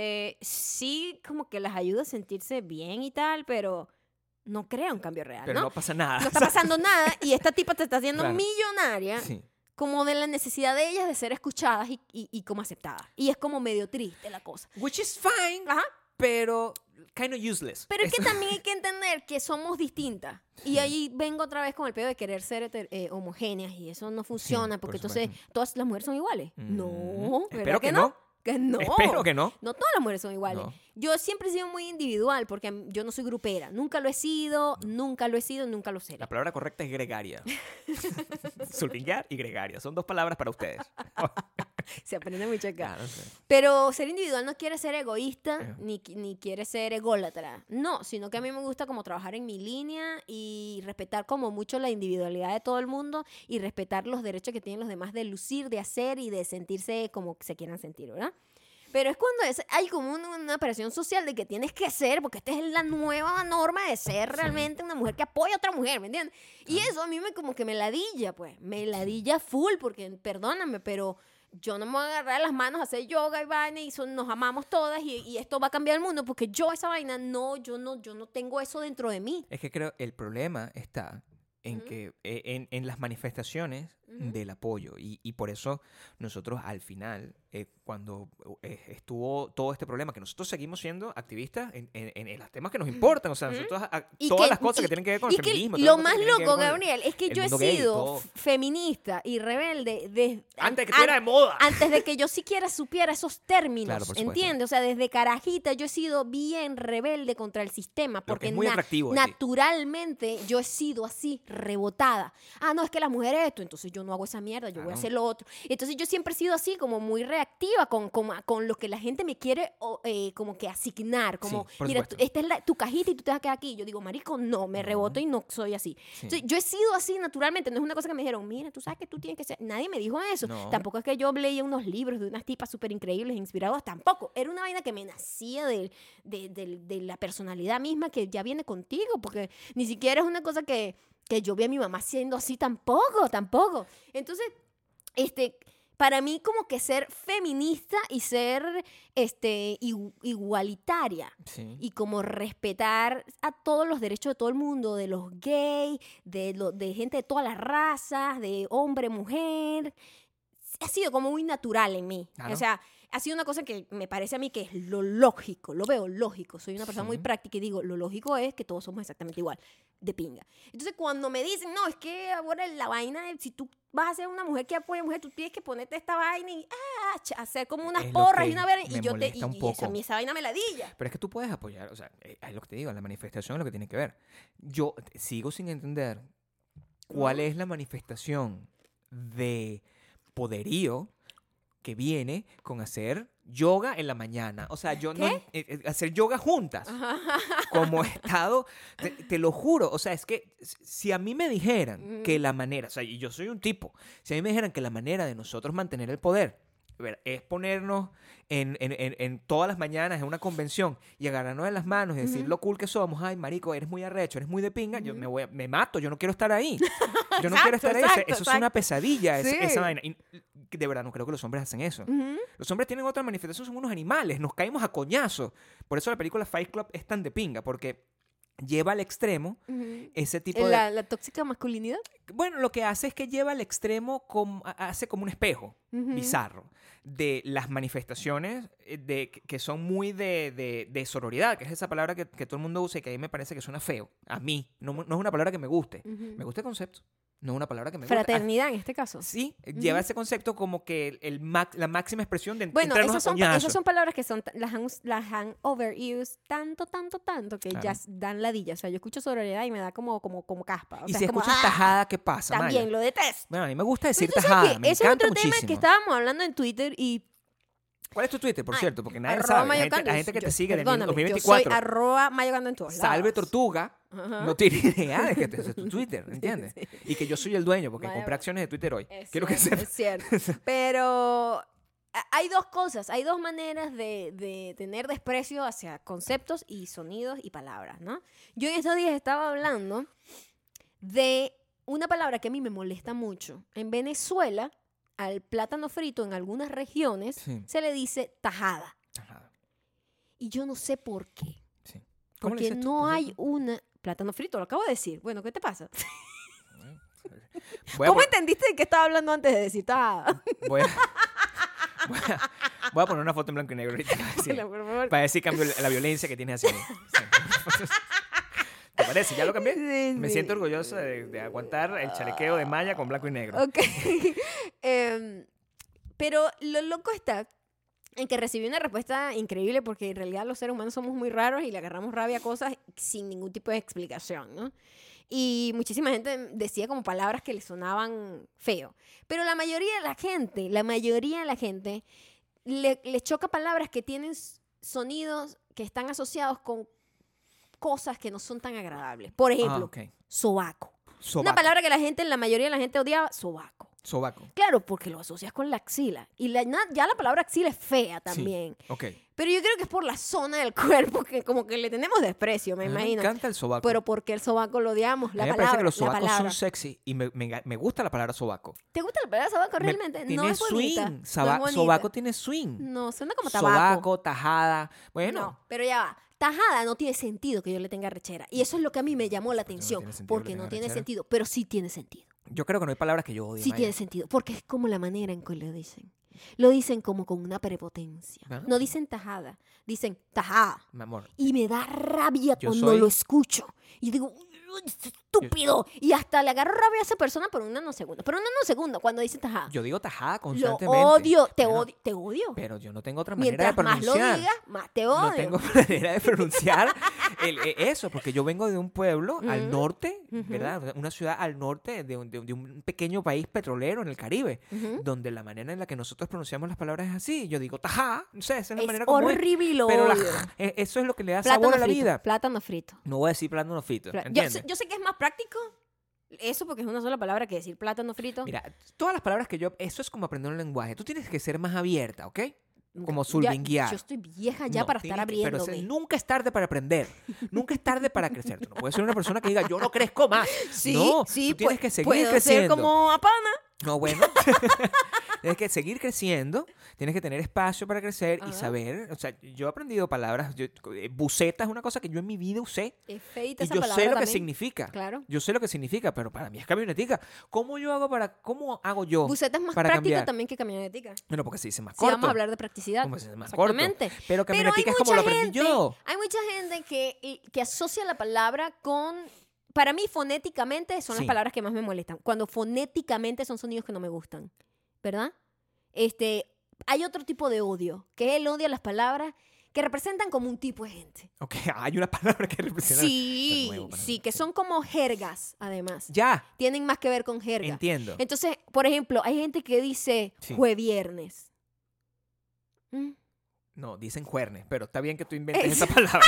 sí como que las ayuda a sentirse bien y tal, pero no crea un cambio real, Pero ¿no? no pasa nada. No está pasando nada y esta tipa te está haciendo Claro. millonaria Sí. como de la necesidad de ellas de ser escuchadas y como aceptadas. Y es como medio triste la cosa. Which is fine, Ajá. pero kind of useless. Pero es que también hay que entender que somos distintas. Y ahí vengo otra vez con el pedo de querer ser homogéneas y eso no funciona por porque entonces supuesto. todas las mujeres son iguales. No, ¿verdad Espero que no? no. Que no. Espero que no. No todas las mujeres son iguales. No. Yo siempre he sido muy individual porque yo no soy grupera. Nunca lo he sido, nunca lo seré. La palabra correcta es gregaria. Sulpingar y gregaria. Son dos palabras para ustedes. Se aprende mucho acá. Claro, sí. Pero ser individual no quiere ser egoísta Ajá. ni quiere ser ególatra. No, sino que a mí me gusta como trabajar en mi línea y respetar como mucho la individualidad de todo el mundo y respetar los derechos que tienen los demás de lucir, de hacer y de sentirse como se quieran sentir, ¿verdad? Pero es cuando hay como una presión social de que tienes que ser, porque esta es la nueva norma de ser realmente una mujer que apoya a otra mujer, ¿me entiendes? Y eso a mí como que me ladilla, pues, me ladilla full, porque perdóname, pero yo no me voy a agarrar las manos a hacer yoga y vaina y nos amamos todas y esto va a cambiar el mundo porque yo esa vaina yo no tengo eso dentro de mí. Es que creo el problema está en que en las manifestaciones del apoyo y por eso nosotros al final cuando estuvo todo este problema que nosotros seguimos siendo activistas en los temas que nos importan, o sea, nosotros todas las cosas que tienen que ver con el feminismo, lo más loco, Gabriel, es que yo he sido feminista y rebelde antes de que estuviera de moda, antes de que yo siquiera supiera esos términos, claro, ¿entiendes? O sea, desde carajita yo he sido bien rebelde contra el sistema porque es muy atractivo naturalmente yo he sido así, rebotada. No, es que las mujeres esto, entonces yo no hago esa mierda, yo voy a hacer lo otro. Entonces yo siempre he sido así, como muy reactiva con lo que la gente me quiere como que asignar, como, sí, mira, esta es tu cajita y tú te vas a quedar aquí. Yo digo, marico, no, me reboto y no soy así. Sí. Entonces, yo he sido así naturalmente, no es una cosa que me dijeron, mira, tú sabes que tú tienes que ser. Nadie me dijo eso. No. Tampoco es que yo leía unos libros de unas tipas súper increíbles, inspiradoras, tampoco. Era una vaina que me nacía de la personalidad misma que ya viene contigo, porque ni siquiera es una cosa que yo vi a mi mamá siendo así tampoco. Entonces, para mí como que ser feminista y ser igualitaria y como respetar a todos los derechos de todo el mundo, de los gays, de gente de todas las razas, de hombre, mujer, ha sido como muy natural en mí. Claro. O sea, ha sido una cosa que me parece a mí que es lo lógico, lo veo lógico. Soy una persona muy práctica y digo, lo lógico es que todos somos exactamente igual, de pinga. Entonces, cuando me dicen, no, es que ahora la vaina, si tú vas a ser una mujer que apoya a mujer, tú tienes que ponerte esta vaina y hacer como unas porras y una vaina, y a mí esa vaina me ladilla. Pero es que tú puedes apoyar, o sea, es lo que te digo, la manifestación es lo que tiene que ver. Yo sigo sin entender cuál es la manifestación de poderío que viene con hacer yoga en la mañana. O sea, yo hacer yoga juntas. Como estado, te lo juro. O sea, es que si a mí me dijeran que la manera, o sea, y yo soy un tipo, si a mí me dijeran que la manera de nosotros mantener el poder es ponernos en todas las mañanas en una convención y agarrarnos de las manos y decir lo cool que somos, ay, marico, eres muy arrecho, eres muy de pinga, yo me mato, yo no quiero estar ahí. Yo no quiero estar ahí. Eso es una pesadilla, esa vaina. Y de verdad, no creo que los hombres hacen eso. Los hombres tienen otra manifestación, son unos animales, nos caímos a coñazos. Por eso la película Fight Club es tan de pinga, porque lleva al extremo ese tipo de... ¿La tóxica masculinidad? Bueno, lo que hace es que lleva al extremo, hace como un espejo bizarro de las manifestaciones que son muy de sororidad, que es esa palabra que todo el mundo usa y que a mí me parece que suena feo. A mí. No es una palabra que me guste. Me gusta el concepto. No es una palabra que me gusta. Fraternidad en este caso. Sí, lleva ese concepto como que la máxima expresión de bueno, entrarnos a coñazo. esas son palabras que las han overused tanto que Claro. ya dan ladilla. O sea, yo escucho sororidad y me da como caspa. O Y sea, si es como, escuchas tajada, ¿qué pasa, también Maya? lo detesto. Bueno, a mí me gusta decir Pero tú sabes tajada, que me ese es encanta otro tema muchísimo. que estábamos hablando en Twitter y... ¿Cuál es tu Twitter, por cierto? Porque nadie arroba sabe. Mayocando. La gente que te sigue en el Perdóname, 2024. Yo soy arroba Mayocando en todos lados. Salve Tortuga. No tiene idea de que ese es tu Twitter, ¿entiendes? Sí. Y que yo soy el dueño porque Vaya, compré acciones de Twitter hoy. Es Quiero que cierto, sepas. es cierto. Pero hay dos cosas, hay dos maneras de tener desprecio hacia conceptos y sonidos y palabras, ¿no? Yo en estos días estaba hablando de una palabra que a mí me molesta mucho. En Venezuela, al plátano frito en algunas regiones se le dice tajada. Ajá. Y yo no sé por qué. Sí. ¿Cómo le Porque dices tú, no por hay cierto? una... Plátano frito, lo acabo de decir. Bueno, ¿qué te pasa? Voy a ¿Cómo pon- entendiste de qué estaba hablando antes de decir tajada? voy a poner una foto en blanco y negro ahorita Por favor. para decir cambio la violencia que tienes hacia mí. Sí. ¿Te parece? ¿Ya lo cambié? Sí, Me sí. siento orgulloso de aguantar el chalequeo de Maya con blanco y negro. Ok. Pero lo loco está en que recibí una respuesta increíble porque en realidad los seres humanos somos muy raros y le agarramos rabia a cosas sin ningún tipo de explicación, ¿no? Y muchísima gente decía como palabras que le sonaban feo. Pero la mayoría de la gente le choca palabras que tienen sonidos que están asociados con cosas que no son tan agradables. Por ejemplo, ok. sobaco. Sobaco. Una palabra que la mayoría de la gente odiaba, sobaco. Sobaco. Claro, porque lo asocias con la axila. Y ya la palabra axila es fea también. Sí. Ok. Pero yo creo que es por la zona del cuerpo que como que le tenemos desprecio, me A mí me imagino. encanta el sobaco. Pero porque el sobaco lo odiamos, la a mí me palabra, parece que los la sobacos palabra. son sexy y me gusta la palabra sobaco. ¿Te gusta la palabra sobaco realmente? Tiene No es bonita. swing. No es bonita. Sobaco tiene swing. No, suena como tabaco. Sobaco, tajada. Bueno. No, pero ya va. Tajada no tiene sentido que yo le tenga rechera. Y eso es lo que a mí me llamó la ¿Por qué no atención. tiene sentido que Porque le no tenga tiene rechera? sentido, pero sí tiene sentido. Yo creo que no hay palabras que yo odie. Sí Maya. tiene sentido, porque es como la manera en que lo dicen. Lo dicen como con una prepotencia. Ah. No dicen tajada, dicen tajada. Mi amor. Y me da rabia Yo cuando soy- lo escucho. Y digo, "Uy, estúpido". Y hasta le agarro rabia a esa persona por un nanosegundo. Pero un nanosegundo cuando dicen tajada. Yo digo tajada Lo constantemente. odio, te Bueno, odio, te odio. Pero yo no tengo otra manera Mientras de más lo pronunciar. digas, más te odio. No tengo manera de pronunciar eso, porque yo vengo de un pueblo al Ujú. norte, Ujú. ¿verdad? Una ciudad al norte de un pequeño país petrolero en el Caribe, Ujú. donde la manera en la que nosotros pronunciamos las palabras es así. Yo digo tajá, no sé, esa es la Es manera como es. horrible y lo Pero odio. eso es lo que le da Plátano sabor a la frito, vida. plátano frito. No voy a decir plátano frito, Yo ¿entiendes? sé, yo sé que es más práctico eso porque es una sola palabra que decir plátano frito. Mira, todas las palabras que yo... Eso es como aprender un lenguaje. Tú tienes que ser más abierta, ¿ok? Como Ya- zulbinguear. Yo estoy vieja ya No, para estar tienes que- pero abriéndome. nunca es tarde para aprender. Nunca es tarde para crecer. Tú no puedes ser una persona que diga, yo no crezco más. Sí, no, sí, tú tienes pues, que seguir puedo creciendo. ser como Apana. No, bueno. Tienes que seguir creciendo. Tienes que tener espacio para crecer y Ajá. saber. O sea, yo he aprendido palabras. Buceta es una cosa que yo en mi vida usé. Es feita Y esa yo palabra sé lo que también. significa. Claro. Yo sé lo que significa, pero para mí es camionetica. ¿Cómo hago yo Buceta es más para práctica cambiar? también que camionetica. Bueno, porque se dice más Si corto. vamos a hablar de practicidad. Como se dice más corto. Exactamente. Pero Pero hay camionetica es como lo mucha aprendí gente, yo. hay mucha gente que asocia la palabra con... Para mí, fonéticamente son las Sí. palabras que más me molestan. Cuando fonéticamente son sonidos que no me gustan. ¿Verdad? Hay otro tipo de odio, que es el odio a las palabras que representan como un tipo de gente. Ok, hay una palabra que representa. Sí, Está nuevo para sí, mí, que sí. son como jergas, además. Ya, Tienen más que ver con jerga. entiendo. Entonces, por ejemplo, hay gente que dice Sí. jueviernes. ¿Mm? No, dicen juernes, pero está bien que tú inventes Es- esa palabra.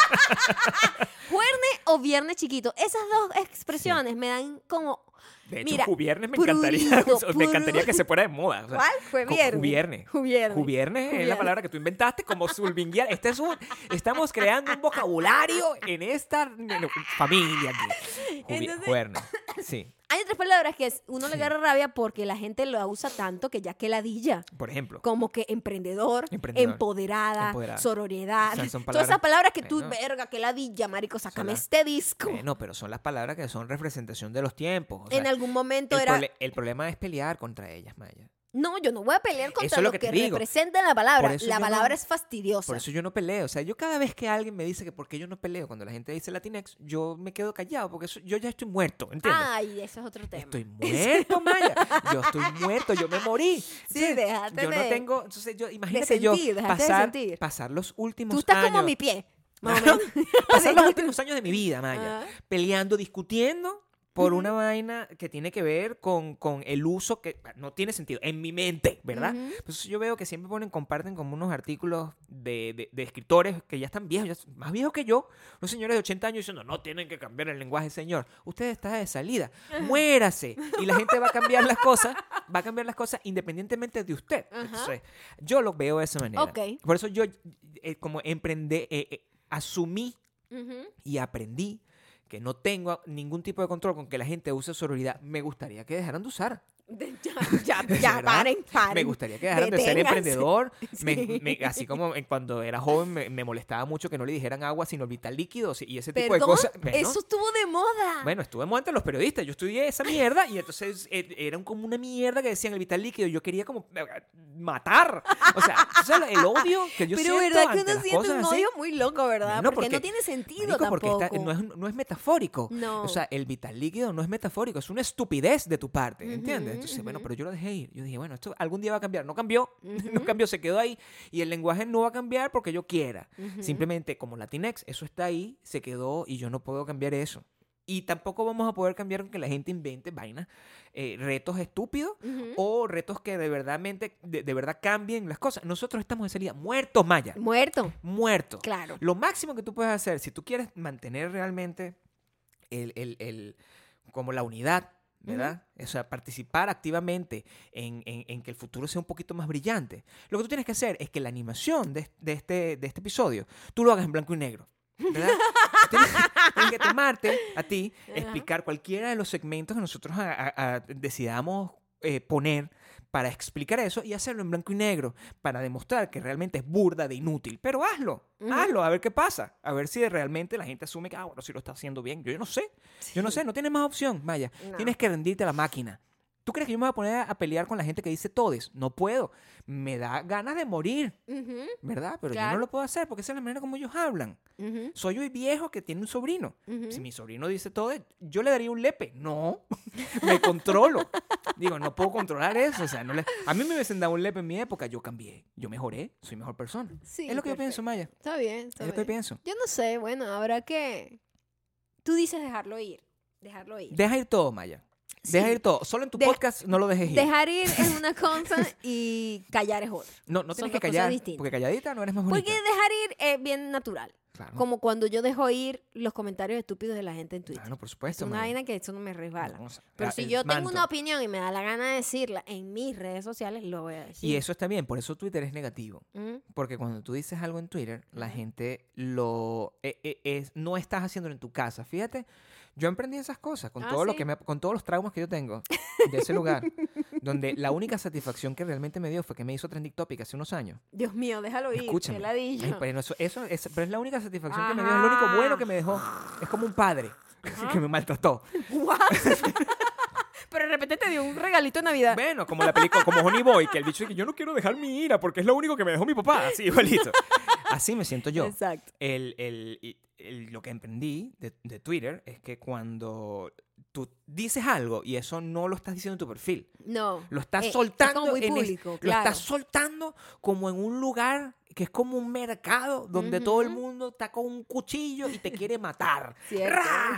Jueves o viernes chiquito. Esas dos expresiones me dan como... De hecho, Mira, juviernes me prurito, encantaría que se fuera de moda. O sea, ¿Cuál? Jueviernes. Juviernes. Juviernes. Juviernes es la Juviernes. palabra que tú inventaste como zulbinguear. Estamos creando un vocabulario en esta familia aquí. Entonces- Juernes. Sí, Hay otras palabras que uno le Sí. agarra rabia porque la gente lo usa tanto que ya que ladilla. por ejemplo. Como que emprendedor, Emprendedor. empoderada, Empoderada. sororidad. O sea, son Todas esas palabras que tú, bueno, verga, que ladilla, marico, sácame las- este disco. Bueno, pero son las palabras que son representación de los tiempos. O sea, En algún momento el, era... el problema es pelear contra ellas, Maya. No, yo no voy a pelear Eso contra es lo lo que que, te digo. representa la palabra. Por eso La yo no- palabra es fastidiosa. Por eso yo no peleo. O sea, yo cada vez que alguien me dice que por qué yo no peleo, cuando la gente dice Latinex, yo me quedo callado porque yo ya estoy muerto, ¿entiendes? Ay, eso es otro tema. Estoy muerto, Maya. Yo estoy muerto, yo me morí. Sí, déjate Yo no de- tengo, entonces yo, imagínate sentir, yo déjate de sentir. pasar los últimos Tú estás años. como mi pie. Más o Claro. menos. Pasar los últimos años de mi vida, Maya, Ajá. peleando, discutiendo por una vaina que tiene que ver con el uso que no tiene sentido, en mi mente, ¿verdad? Ujú. Entonces yo veo que siempre comparten como unos artículos de escritores que ya están viejos, más viejos que yo, unos señores de 80 años diciendo, no tienen que cambiar el lenguaje, señor. Usted está de salida, muérase. Y la gente va a cambiar las cosas, independientemente de usted. Ajá. Entonces, yo lo veo de esa manera. Ok. Por eso yo como asumí Ujú. y aprendí que no tengo ningún tipo de control con que la gente use sororidad. Me gustaría que dejaran de usar. Ya, ¿Verdad? paren. Me gustaría que dejaran de ser Deténganse. emprendedor. Sí. Así como cuando era joven me molestaba mucho que no le dijeran agua sino vital líquido y ese tipo de Perdón, cosas. Bueno, eso estuvo de moda. bueno, estuve entre los periodistas. Yo estudié esa mierda y entonces era como una mierda que decían el vital líquido. Yo quería como matar. O sea, el odio que yo Pero siento verdad que ante uno las siente cosas un así. odio muy loco, ¿verdad? Bueno, porque no tiene sentido marico, porque tampoco. no es metafórico. No. O sea, el vital líquido no es metafórico, es una estupidez de tu parte, ¿entiendes? Ujú, Entonces, bueno, ujú. pero yo lo dejé ir. Yo dije, bueno, esto algún día va a cambiar. No cambió, Ujú. no cambió, se quedó ahí. Y el lenguaje no va a cambiar porque yo quiera. Ujú. Simplemente, como Latinex, eso está ahí, se quedó y yo no puedo cambiar eso. Y tampoco vamos a poder cambiar que la gente invente vainas, retos estúpidos Ujú. o retos que de verdad cambien las cosas. Nosotros estamos de salida muertos, Maya. Muerto. Muertos. Claro. Lo máximo que tú puedes hacer, si tú quieres mantener realmente como la unidad ¿verdad? O sea, participar activamente en que el futuro sea un poquito más brillante. Lo que tú tienes que hacer es que la animación de este episodio, tú lo hagas en blanco y negro. ¿Verdad? Tienes que tomarte a ti, explicar cualquiera de los segmentos que nosotros decidamos poner para explicar eso y hacerlo en blanco y negro para demostrar que realmente es burda de inútil. Pero hazlo, a ver qué pasa. A ver si realmente la gente asume que, bueno, si lo está haciendo bien. Yo no sé. Yo no sé, no tienes más opción, Maya. No. Tienes que rendirte a la máquina. ¿Tú crees que yo me voy a poner a pelear con la gente que dice todes? No puedo. Me da ganas de morir, ¿verdad? Pero yo no lo puedo hacer porque esa es la manera como ellos hablan. Soy un viejo que tiene un sobrino. Si mi sobrino dice todes, yo le daría un lepe. No, me controlo. Digo, no puedo controlar eso. O sea, a mí me hubiesen dado un lepe en mi época. Yo cambié, yo mejoré, soy mejor persona. Sí, es lo que yo pienso, Maya. Está bien, Es lo que yo pienso. Yo no sé, bueno, habrá que... Tú dices dejarlo ir. Deja ir todo, Maya. Deja ir todo. Solo en tu podcast no lo dejes ir. Dejar ir es una cosa y callar es otra. No tienes que callar, porque calladita no eres más bonita. Porque dejar ir es bien natural. Claro. Como cuando yo dejo ir los comentarios estúpidos de la gente en Twitter. Claro, por supuesto. Es una vaina que eso no me resbala. No, o sea, pero si yo tengo una opinión y me da la gana de decirla en mis redes sociales, lo voy a decir. Y eso está bien, por eso Twitter es negativo. Porque cuando tú dices algo en Twitter, la gente no estás haciéndolo en tu casa. Fíjate, yo emprendí esas cosas con todo lo que con todos los traumas que yo tengo de ese lugar, donde la única satisfacción que realmente me dio fue que me hizo trending topic hace unos años. Dios mío, déjalo ir. Escúchame. Ay, pero pero es la única satisfacción que me dio, es lo único bueno que me dejó. Es como un padre que me maltrató. What? Pero de repente te dio un regalito de Navidad. Bueno, como la película, como Honey Boy, que el bicho dice que yo no quiero dejar mi ira porque es lo único que me dejó mi papá. Así, igualito. Así me siento yo. Exacto. Lo que emprendí de Twitter es que cuando tú dices algo y eso no lo estás diciendo en tu perfil. No. Lo estás soltando. Es como muy público, Lo estás soltando como en un lugar que es como un mercado donde todo el mundo está con un cuchillo y te quiere matar. ¡Ra!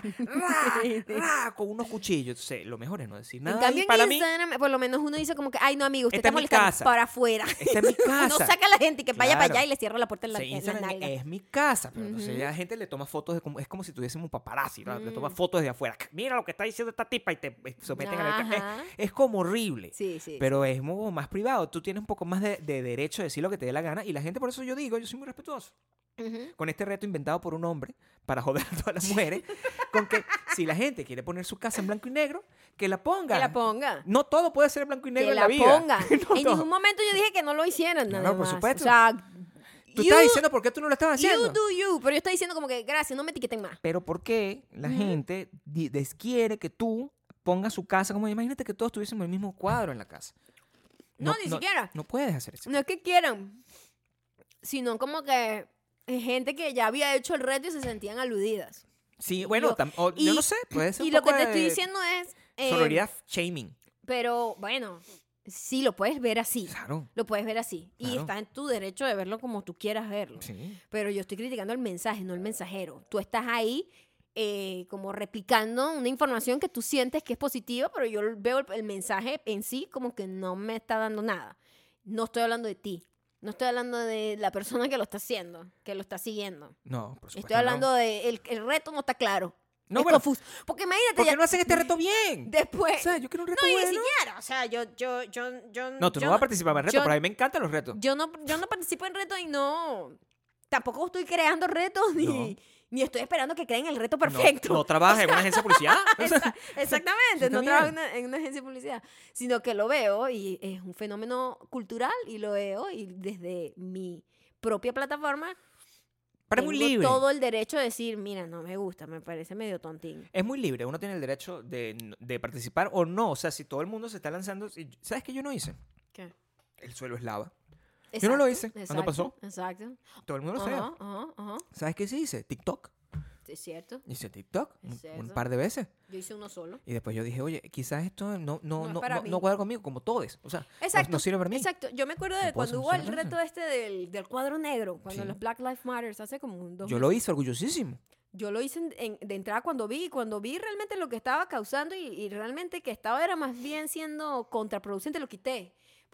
Con unos cuchillos. Entonces, lo mejor es no decir nada. En cambio, para en Instagram, por lo menos uno dice como que, ay, no, amigo, usted está molestando para afuera. Esta es mi casa. Uno saca a la gente y que vaya para allá y le cierra la puerta en la nalga. Es mi casa. Pero entonces la gente le toma fotos, es como si tuviésemos un paparazzi, ¿no? Le toma fotos desde afuera. Mira lo que está diciendo esta tipa y te someten a la... Es como horrible. Sí. Pero es como más privado. Tú tienes un poco más de derecho a decir lo que te dé la gana. Y la gente, por eso yo digo, yo soy muy respetuoso. Con este reto inventado por un hombre para joder a todas las mujeres, con que si la gente quiere poner su casa en blanco y negro, que la ponga. Que la ponga. No todo puede ser en blanco y negro que en la vida. Ponga. En ningún momento yo dije que no lo hicieran. Nada por más. supuesto. O sea, tú estás diciendo por qué tú no lo estás haciendo. You do you. Pero yo estoy diciendo como que gracias, no me etiqueten más. Pero ¿por qué la gente quiere que tú pongas su casa como... Imagínate que todos tuviésemos el mismo cuadro en la casa. No, ni siquiera. No puedes hacer eso. No es que quieran, sino como que gente que ya había hecho el reto y se sentían aludidas. Sí, bueno, yo no sé, puede ser y un lo poco que te estoy diciendo es... sororidad shaming. Pero, bueno, sí, lo puedes ver así. Claro. Lo puedes ver así. Claro. Y está en tu derecho de verlo como tú quieras verlo. Sí. Pero yo estoy criticando el mensaje, no el mensajero. Tú estás ahí como replicando una información que tú sientes que es positiva, pero yo veo el mensaje en sí como que no me está dando nada. No estoy hablando de ti. No estoy hablando de la persona que lo está haciendo, que lo está siguiendo. No, por supuesto. Estoy hablando de el reto no está claro. No, es bueno, confuso. Porque imagínate. ¿Por qué no hacen este reto bien? Después. O sea, yo quiero un reto no, bueno. ni siquiera. O sea, yo No, tú no vas a participar en el reto, pero a mí me encantan los retos. Yo no participo en retos y no. Tampoco estoy creando retos ni estoy esperando que creen el reto perfecto. No trabajas en una agencia de publicidad. Exactamente, no trabajo en una agencia de publicidad, sino que lo veo y es un fenómeno cultural y lo veo y desde mi propia plataforma pero es muy libre. Todo el derecho de decir, mira, no me gusta, me parece medio tontín. Es muy libre, uno tiene el derecho de participar o no. O sea, si todo el mundo se está lanzando... ¿Sabes qué yo no hice? ¿Qué? El suelo es lava. Exacto, yo no lo hice. ¿Cuándo pasó? Exacto. Todo el mundo lo sabe. ¿Sabes qué sí hice? TikTok. Es cierto. Hice TikTok cierto. un par de veces. Yo hice uno solo. Y después yo dije, oye, quizás esto no mí. cuadra conmigo, como todos. O sea, no sirve para mí. Exacto. Yo me acuerdo de cuando hubo el reto del cuadro negro, cuando los Black Lives Matter, hace como 2 meses. Yo lo hice orgullosísimo. Yo lo hice de entrada cuando vi realmente lo que estaba causando y realmente que estaba era más bien siendo contraproducente, lo quité.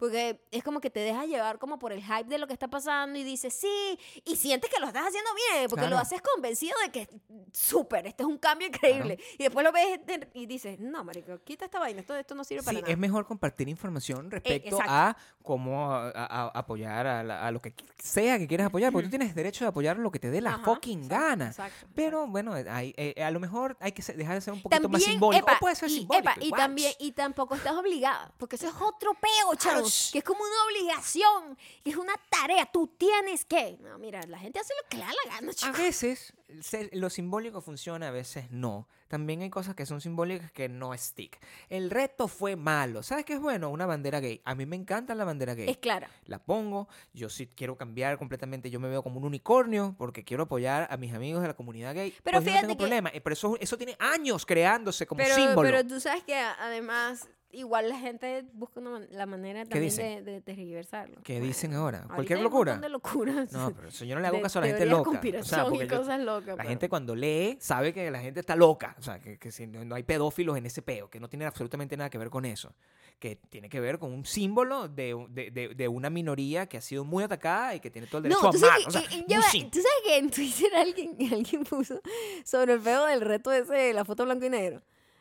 porque es como que te dejas llevar como por el hype de lo que está pasando y dices sí, y sientes que lo estás haciendo bien, porque Claro. lo haces convencido de que súper, este es un cambio increíble. Y después lo ves y dices, no, marico, quita esta vaina, esto no sirve para Sí, nada. es mejor compartir información respecto exacto. a cómo apoyar a lo que sea que quieras apoyar, porque tú tienes derecho de apoyar lo que te dé la Ajá, fucking exacto, gana. exacto, Pero bueno, a lo mejor hay que dejar de ser un poquito más también, simbólico. epa, O puede ser y, simbólico. epa, y igual. también, y tampoco estás obligada, porque eso es otro peo, chavos, que es como una obligación, que es una tarea, tú tienes que. No, mira, la gente hace lo que le da la gana, A chavos. veces lo simbólico funciona, a veces no. También hay cosas que son simbólicas que no stick. El reto fue malo. ¿Sabes qué es bueno? Una bandera gay. A mí me encanta la bandera gay. Es clara. La pongo. Yo sí quiero cambiar completamente. Yo me veo como un unicornio porque quiero apoyar a mis amigos de la comunidad gay. Pero Pues yo no fíjate tengo que- problema. Pero eso tiene años creándose como Pero, símbolo. pero tú sabes que además, igual la gente busca la manera también dicen? de tergiversarlo. ¿Qué Bueno, dicen ahora? ahorita ¿Cualquier hay locura? Un montón de locuras. No, pero eso yo no le hago de caso a la gente teorías de loca. conspiración porque y cosas locas. la pero- gente cuando lee sabe que la gente está loca. O sea, que si no hay pedófilos en ese peo, que no tiene absolutamente nada que ver con eso. Que tiene que ver con un símbolo de una minoría que ha sido muy atacada y que tiene todo el derecho No, a tú amar. sabes, O sea, ya muy va, simple. tú sabes que en Twitter alguien puso sobre el feo del reto ese de la foto blanco y negro.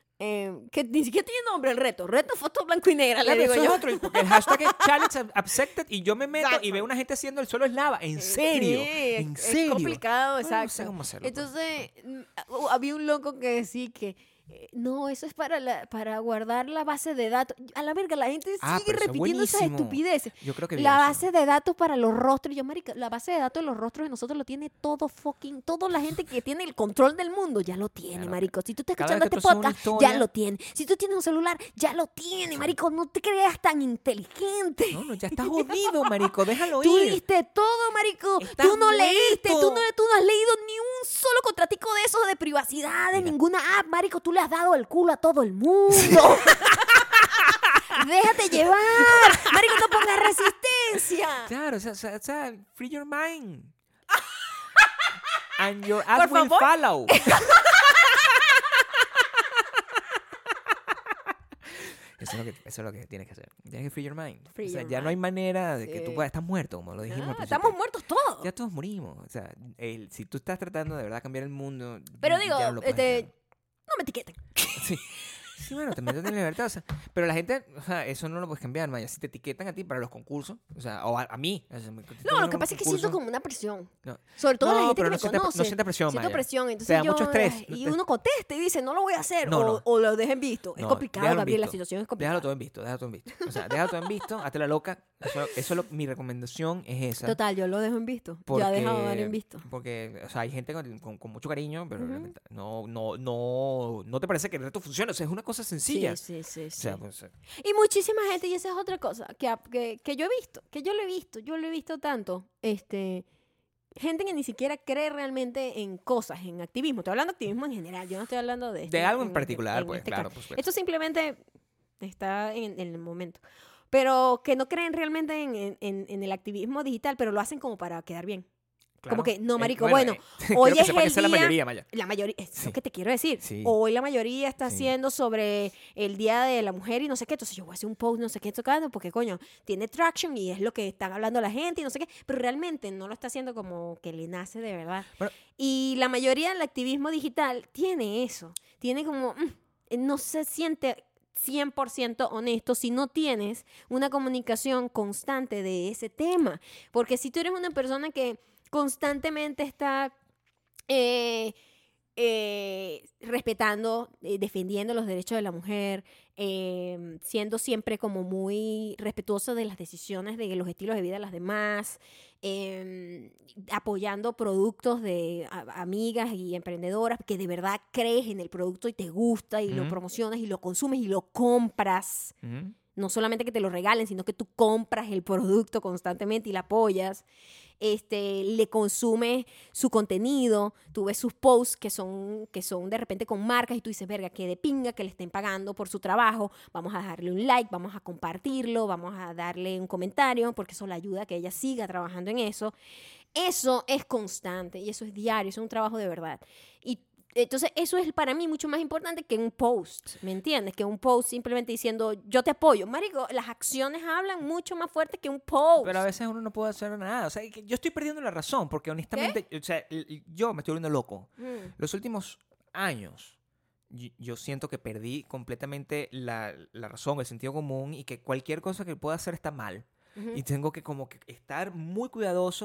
Que ni siquiera tiene nombre el reto. Reto foto blanco y negra, Claro, le digo eso yo. es otro, porque el hashtag es challenge accepted y yo me meto Exacto. y veo una gente haciendo el suelo es lava. ¿En serio? Sí, ¿En es serio? complicado, No, exacto. no sé cómo hacerlo. pues. Entonces, había un loco que decía que no, eso es para guardar la base de datos. A la verga, la gente Ah, sigue pero eso es repitiendo esas buenísimo. estupideces. Yo creo que vi La eso. base de datos para los rostros. Yo, marica, la base de datos de los rostros de nosotros lo tiene toda la gente que tiene el control del mundo ya lo tiene, Claro. marico. Si tú estás Cada escuchando vez que este tú haces una podcast, historia- ya lo tiene. Si tú tienes un celular, ya lo tiene, marico. No te creas tan inteligente. No, no, ya estás jodido, marico. Déjalo Tú ir. diste todo, marico. Estás Tú no leíste, muerto. tú no has leído ni un solo contratico de esos de privacidad, de Mira. ninguna app, marico. Tú le has dado el culo a todo el mundo. Déjate llevar. Marico, no pongas resistencia. Claro, o sea, free your mind. And your ass Por will favor. follow. Eso es lo que tienes que hacer. Tienes que free your mind. Free o sea, your ya no hay mind. manera de que Sí. tú puedas. Estás muerto, como lo dijimos al principio. Estamos muertos todos. Ya todos morimos. O sea, si tú estás tratando de verdad cambiar el mundo. Pero ya digo, no lo puedes cambiar. no me etiqueten. Sí. Sí, bueno, también tienes libertad. O sea, pero la gente, o sea, eso no lo puedes cambiar, Maya. Si te etiquetan a ti para los concursos, o sea, o a mí. O sea, No, lo que pasa es que siento como una presión. No. Sobre todo la No, gente pero que no me siente- no conoce. siente presión, Siento Maya. presión. Entonces Te da yo, mucho estrés. Y uno contesta y dice, no lo voy a hacer. No, o lo dejen visto. Es No, complicado, déjalo en Gabriel. La visto. situación es complicada. Déjalo todo en visto, déjalo todo en visto. O sea, déjalo todo en visto, hazte la loca. Mi recomendación es esa. Total, yo lo dejo en visto. Ya he dejado de dar en visto. Porque, o sea, hay gente con mucho cariño, pero Ujú. no te parece que el reto funcione. O sea, es una cosa sencilla. Sí, sí, O sí. sea, pues, Y muchísima gente, y esa es otra cosa que yo he visto, que yo lo he visto tanto, gente que ni siquiera cree realmente en cosas, en activismo. Estoy hablando de activismo en general, yo no estoy hablando de de algo en este- particular, pues, este claro, caso. por supuesto. Esto simplemente está en el momento. Pero que no creen realmente en el activismo digital, pero lo hacen como para quedar bien. Como que, no, marico, bueno, creo hoy que es sepa que el esa es la día- mayoría, Maya. La mayoría, es Sí. lo que te quiero decir. Sí. Hoy la mayoría está Sí. haciendo sobre el Día de la Mujer y no sé qué. Entonces yo voy a hacer un post, no sé qué, tocando, porque coño, tiene traction y es lo que están hablando la gente y no sé qué. Pero realmente no lo está haciendo como que le nace de verdad. Bueno. Y la mayoría del activismo digital tiene eso. Tiene como, no se siente 100% honesto si no tienes una comunicación constante de ese tema. Porque si tú eres una persona que constantemente está respetando, defendiendo los derechos de la mujer, siendo siempre como muy respetuoso de las decisiones, de los estilos de vida de las demás, apoyando productos de amigas y emprendedoras que de verdad crees en el producto y te gusta y lo Ujú. promocionas y lo consumes y lo compras. Ujú. No solamente que te lo regalen, sino que tú compras el producto constantemente y la apoyas. Le consumes su contenido, tú ves sus posts que son de repente con marcas y tú dices, verga, que de pinga que le estén pagando por su trabajo, vamos a darle un like, vamos a compartirlo, vamos a darle un comentario, porque eso le ayuda a que ella siga trabajando en eso. Eso es constante y eso es diario, eso es un trabajo de verdad. Y Entonces, eso es para mí mucho más importante que un post, ¿me entiendes? Que un post simplemente diciendo, yo te apoyo. Marico, las acciones hablan mucho más fuerte que un post. Pero a veces uno no puede hacer nada. O sea, que yo estoy perdiendo la razón porque honestamente, o sea, yo me estoy volviendo loco. Los últimos años, yo siento que perdí completamente la razón, el sentido común y que cualquier cosa que pueda hacer está mal. Y tengo que como que estar muy cuidadoso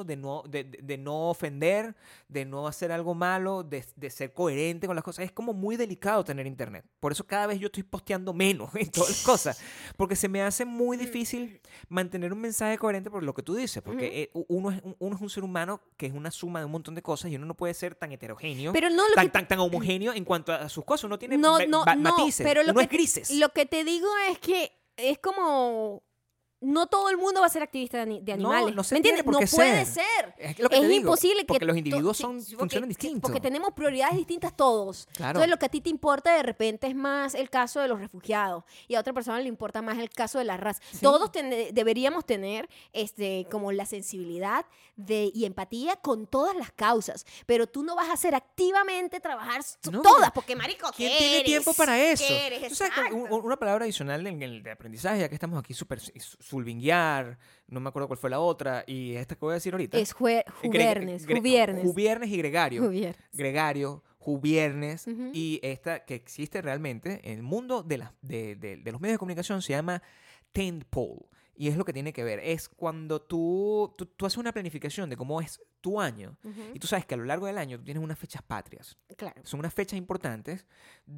de no ofender, de no hacer algo malo, de ser coherente con las cosas. Es como muy delicado tener internet. Por eso cada vez yo estoy posteando menos en todas las cosas. Porque se me hace muy difícil mantener un mensaje coherente por lo que tú dices. Porque uno es un ser humano que es una suma de un montón de cosas y uno no puede ser tan heterogéneo, pero no tan homogéneo en cuanto a sus cosas. Uno tiene matices, pero uno es grises. Lo que te digo es que es como... No todo el mundo va a ser activista de animales. No se ¿Me entiendes? tiene por No qué puede ser. ser. Es lo que te digo, imposible porque que... los individuos funcionan distintos. Porque tenemos prioridades distintas todos. Claro. Entonces, lo que a ti te importa de repente es más el caso de los refugiados y a otra persona le importa más el caso de la raza. Sí. Todos deberíamos tener como la sensibilidad y empatía con todas las causas, pero tú no vas a hacer activamente trabajar todas, porque marico, ¿quién tiene tiempo para eso? ¿Qué eres? Tú sabes que una palabra adicional en el de aprendizaje, ya que estamos aquí súper sulvinguear, no me acuerdo cuál fue la otra, y esta que voy a decir ahorita. Es juviernes. Juviernes y gregario. Juviernes. Gregario, juviernes, Ujú. y esta que existe realmente en el mundo de los medios de comunicación se llama tentpole. Y es lo que tiene que ver. Es cuando tú haces una planificación de cómo es tu año. Y tú sabes que a lo largo del año tú tienes unas fechas patrias. Claro. Son unas fechas importantes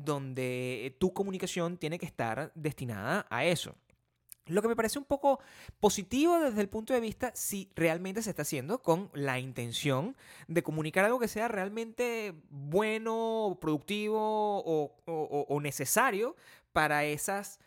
donde tu comunicación tiene que estar destinada a eso. Lo que me parece un poco positivo desde el punto de vista si realmente se está haciendo con la intención de comunicar algo que sea realmente bueno, productivo o necesario para esas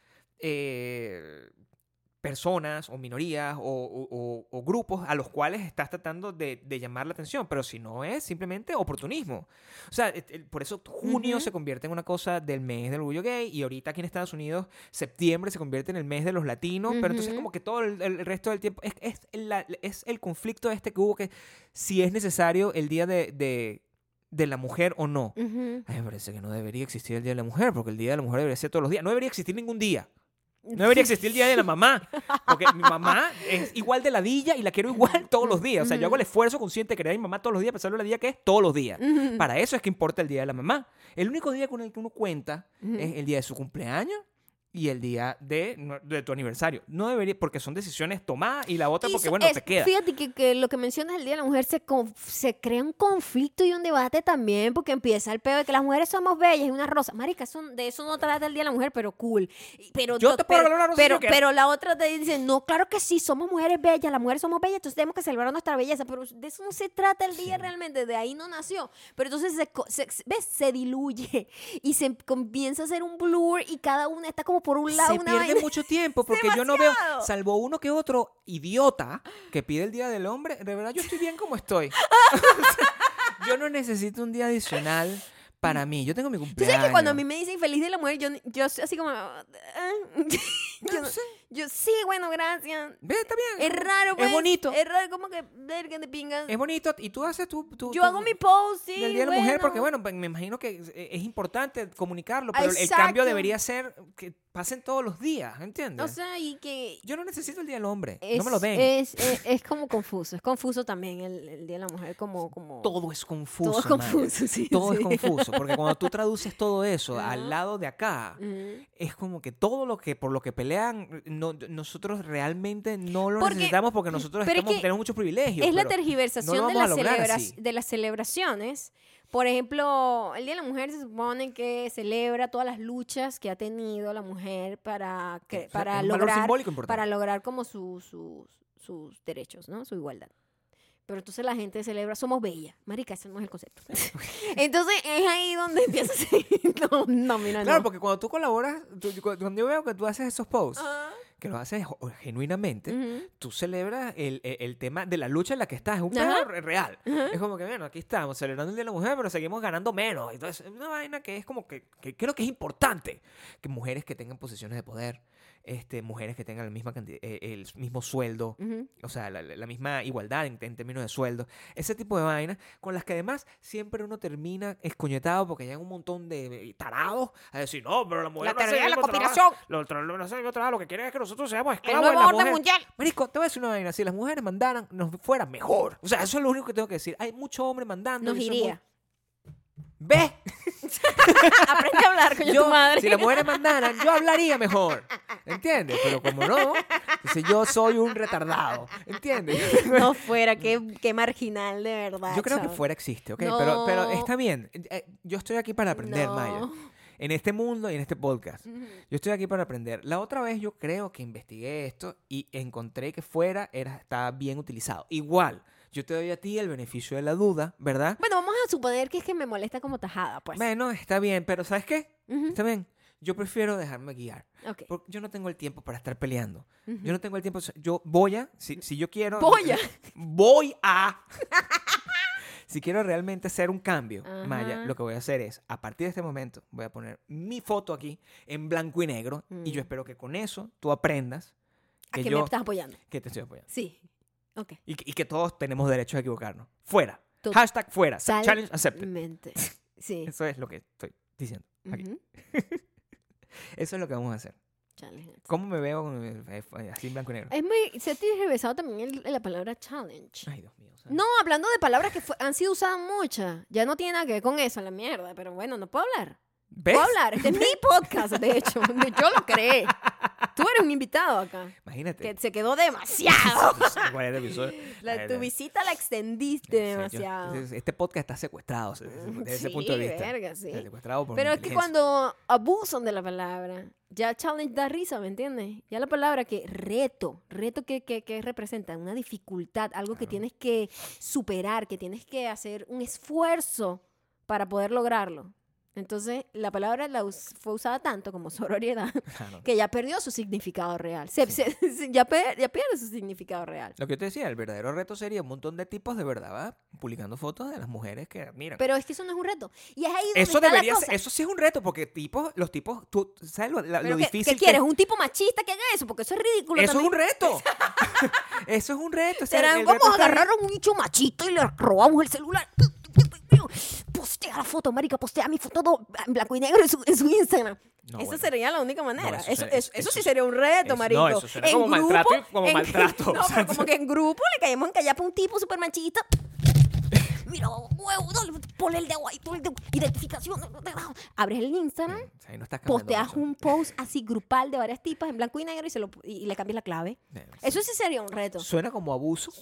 personas o minorías o grupos a los cuales estás tratando de llamar la atención, pero si no es simplemente oportunismo. O sea, por eso junio se convierte en una cosa del mes del orgullo gay y ahorita aquí en Estados Unidos septiembre se convierte en el mes de los latinos, pero entonces como que todo el resto del tiempo es el conflicto que hubo que si es necesario el día de la mujer o no. A mí me parece que no debería existir el Día de la Mujer, porque el Día de la Mujer debería ser todos los días. No debería existir ningún día. No debería existir el Día de la Mamá, porque mi mamá es igual de ladilla y la quiero igual todos los días. O sea, yo hago el esfuerzo consciente de querer a mi mamá todos los días, pensar en la día que es todos los días. Para eso es que importa el Día de la Mamá. El único día con el que uno cuenta es el día de su cumpleaños y el día de tu aniversario. No debería, porque son decisiones tomadas y la otra porque, bueno, te queda. Fíjate que lo que mencionas el Día de la Mujer se crea un conflicto y un debate también, porque empieza el pedo de que las mujeres somos bellas y una rosa. Marica, de eso no trata el Día de la Mujer, pero cool. Yo te puedo regalar una rosa si yo quiero. Pero la otra te dice, no, claro que sí, somos mujeres bellas, las mujeres somos bellas, entonces tenemos que celebrar nuestra belleza, pero de eso no se trata el día realmente, de ahí no nació. Pero entonces, ¿ves? Se diluye y se comienza a hacer un blur y cada una está como por un lado. Se pierde mucho tiempo porque yo no veo, salvo uno que otro idiota que pide el Día del Hombre, de verdad yo estoy bien como estoy. Yo no necesito un día adicional para mí. Yo tengo mi cumpleaños. ¿Tú sabes que cuando a mí me dicen feliz de la mujer, yo así como... yo sí, bueno, gracias. Ve, está bien. Es raro, pues. Es bonito. Es raro, como que verga de pingas. Es bonito. Y tú haces Yo hago mi post, sí, del Día de la Mujer porque, bueno, me imagino que es importante comunicarlo, pero el Exacto. cambio debería ser que pasen todos los días, ¿entiendes? O sea, y que... Yo no necesito el Día del Hombre. No me lo den. Es como confuso. Es confuso también el Día de la Mujer, como... Todo es confuso, Todo es confuso, sí. Todo sí. es confuso, porque cuando tú traduces todo eso al lado de acá, es como que todo lo que por lo que pelean, nosotros realmente no lo necesitamos porque nosotros tenemos muchos privilegios. Es la tergiversación no de las celebraciones. Por ejemplo, el Día de la Mujer se supone que celebra todas las luchas que ha tenido la mujer para lograr como sus derechos, ¿no? Su igualdad. Pero entonces la gente celebra, somos bellas. Marica, ese no es el concepto. Entonces es ahí donde empieza a ser... Mira, claro, porque cuando tú colaboras, cuando yo veo que tú haces esos posts, que lo haces genuinamente, tú celebras el tema de la lucha en la que estás. Es un pedo real. Es como que, bueno, aquí estamos celebrando el Día de la Mujer, pero seguimos ganando menos. Entonces, es una vaina que es como que creo que es importante que mujeres que tengan posiciones de poder mujeres que tengan la misma el mismo sueldo, Ujú. o sea, la misma igualdad en términos de sueldo. Ese tipo de vainas con las que además siempre uno termina escoñetado porque llegan un montón de tarados a decir, no, pero la mujer La teoría de la conspiración. no hace el mismo trabajo, lo que quieren es que nosotros seamos El esclavos de nuevo la orden mujer. mundial. Marico, te voy a decir una vaina, si las mujeres mandaran, nos fuera mejor. O sea, eso es lo único que tengo que decir. Hay mucho hombre mandando. Nos y eso es iría. muy- ¿Ves? Aprende a hablar, coño, tu madre. Si las mujeres mandaran, yo hablaría mejor. ¿Entiendes? Pero como no, entonces yo soy un retardado. ¿Entiendes? No fuera, qué marginal, de verdad. Yo creo que chavo. fuera existe, ¿ok? No. Pero está bien. Yo estoy aquí para aprender, No. Maya. En este mundo y en este podcast. Ujú. Yo estoy aquí para aprender. La otra vez yo creo que investigué esto y encontré que estaba bien utilizado. Igual, yo te doy a ti el beneficio de la duda, ¿verdad? Bueno, vamos a suponer que es que me molesta como tajada, pues. Bueno, está bien, pero ¿sabes qué? Ujú. Está bien. Yo prefiero dejarme guiar. Ok. Porque yo no tengo el tiempo para estar peleando. Ujú. Yo no tengo el tiempo. Yo voy a, si yo quiero. Voy a. Voy a. Si quiero realmente hacer un cambio, Ajá. Maya, lo que voy a hacer es, a partir de este momento, voy a poner mi foto aquí en blanco y negro. Y yo espero que con eso tú aprendas ¿A que que yo me estás apoyando? que te estoy apoyando. Sí. Ok. Y que todos tenemos derecho a equivocarnos. Fuera. Tot- Hashtag fuera. Challenge accepted. Totalmente. Sí. Eso es lo que estoy diciendo aquí. Ujú. Eso es lo que vamos a hacer. Challenge. ¿Cómo me veo así en blanco y negro? Es muy... Se ha tergiversado también la palabra challenge. Ay, Dios mío. ¿sabes? No, hablando de palabras que han sido usadas muchas. Ya no tiene nada que ver con eso, la mierda. Pero bueno, no puedo hablar. ¿Ves? Puedo hablar. Este es mi podcast, de hecho. Yo lo creé. Tú eres un invitado acá. Imagínate. Que se quedó demasiado. 40 episodios. Tu visita la extendiste Sí, demasiado. este podcast está secuestrado desde ese Sí, punto de vista. verga, sí. Secuestrado por Pero mi es que inteligencia. cuando abusan de la palabra, ya challenge da risa, ¿me entiendes? Ya la palabra que reto que representa una dificultad, algo que Claro. tienes que superar, que tienes que hacer un esfuerzo para poder lograrlo. Entonces, la palabra fue usada tanto como sororidad Claro. que ya perdió su significado real. Ya pierde su significado real. Lo que yo te decía, el verdadero reto sería un montón de tipos de verdad, ¿va? Publicando fotos de las mujeres que admiran. Pero es que eso no es un reto. Y es ahí donde Eso está la debería cosa. ser, eso sí es un reto, porque los tipos, tú sabes lo Pero difícil ¿qué quieres? ¿Un tipo machista que haga eso? Porque eso es ridículo Eso es también. un reto. Eso es un reto. O sea, Serán el como reto está agarrar a un nicho machista y le robamos el celular. Postea la foto, marica, postea mi foto en blanco y negro en su Instagram. No, Esa bueno. sería la única manera. eso eso, sería- eso sí sería un reto, eso- marico. no, eso sería En como maltrato y como en- maltrato. No, O sea, pero como que en grupo le caemos en callapa a un tipo súper machista. Mira, huevo, dale, ponle el dedo ahí, ponle el dedo. Identificación. Abres el Instagram, o sea, ahí no estás cambiando posteas mucho. un post así grupal de varias tipas en blanco y negro y le cambias la clave. Eso sí sería un reto. Suena como abuso.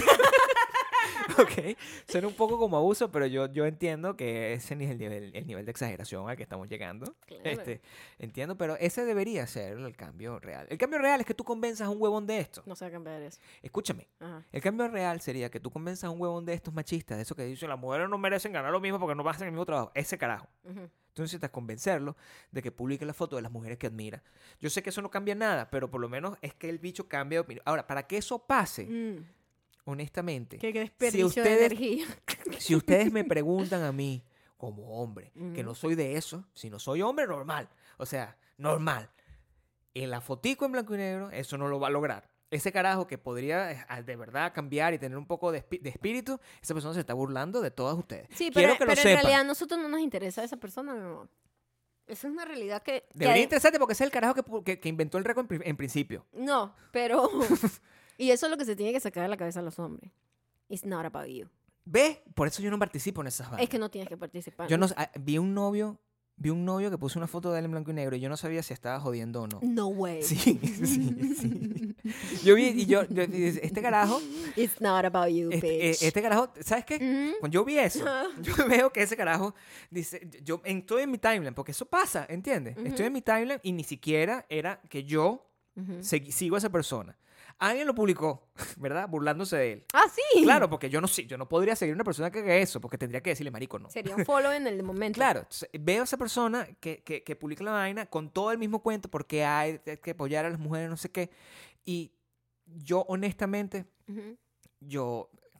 Ok, suena un poco como abuso, pero yo entiendo que ese es el nivel de exageración al que estamos llegando. Claro. Entiendo, pero ese debería ser el cambio real. El cambio real es que tú convenzas a un huevón de esto. No sé cambiar eso. Escúchame, Ajá. el cambio real sería que tú convenzas a un huevón de estos machistas, de esos que dicen las mujeres no merecen ganar lo mismo porque no hacen el mismo trabajo. Ese carajo. Ujú. Tú necesitas convencerlo de que publique la foto de las mujeres que admira. Yo sé que eso no cambia nada, pero por lo menos es que el bicho cambie de opinión. Ahora, para que eso pase, honestamente, Qué desperdicio de ustedes- energía. si ustedes me preguntan a mí, como hombre, que Ujú. no soy de eso, si no soy hombre, normal. O sea, normal. En la fotico en blanco y negro, eso no lo va a lograr. Ese carajo que podría de verdad cambiar y tener un poco de espíritu, esa persona se está burlando de todas ustedes. Sí, Quiero pero, que lo pero en sepan. realidad a nosotros no nos interesa esa persona, mi amor. Esa es una realidad que... Debería interesarte porque ese es el carajo que inventó el récord en principio. No, pero... y eso es lo que se tiene que sacar de la cabeza a los hombres. It's not about you. ¿Ves? Por eso yo no participo en esas vainas. Es que no tienes que participar. Yo no, vi un novio que puso una foto de él en blanco y negro y yo no sabía si estaba jodiendo o no. No way. Sí, sí. Yo vi, este carajo, It's not about you, bitch. este carajo, ¿sabes qué? Ujú. Cuando yo vi eso, yo veo que ese carajo dice, yo estoy en mi timeline, porque eso pasa, ¿entiendes? Ujú. Estoy en mi timeline y ni siquiera era que yo Ujú. sigo a esa persona. Alguien lo publicó, ¿verdad? Burlándose de él. Ah, sí. Claro, porque yo no podría seguir a una persona que haga eso, porque tendría que decirle marico, no. Sería un follow en el momento. Claro, entonces, veo a esa persona que publica la vaina con todo el mismo cuento porque hay que apoyar a las mujeres, no sé qué. Y yo, honestamente, Ujú. yo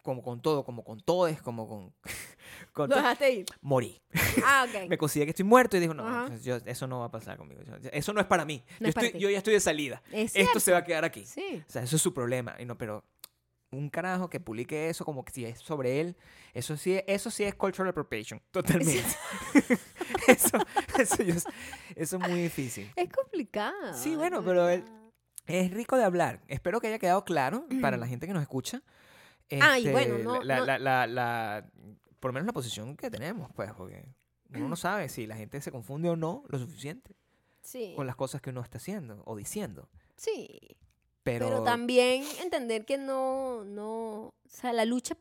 como con todo, como con todes, como con Lo todo. dejaste ir. Morí. Ah, ok. Me considero que estoy muerto y digo, no, Ajá. pues eso no va a pasar conmigo. Eso no es para mí. No es para ti. Yo ya estoy de salida. Es Esto se cierto. va a quedar aquí. Sí. O sea, eso es su problema. Y no, pero un carajo que publique eso como que si es sobre él, eso sí es cultural appropriation. Totalmente. eso, eso es muy difícil. Es complicado. Sí, bueno, es pero complicado. es rico de hablar. Espero que haya quedado claro para la gente que nos escucha. Y bueno, no, Por lo menos la posición que tenemos, pues, porque uno no sabe si la gente se confunde o no lo suficiente Sí. con las cosas que uno está haciendo o diciendo. Sí. Pero, Pero también entender que no, o sea, la lucha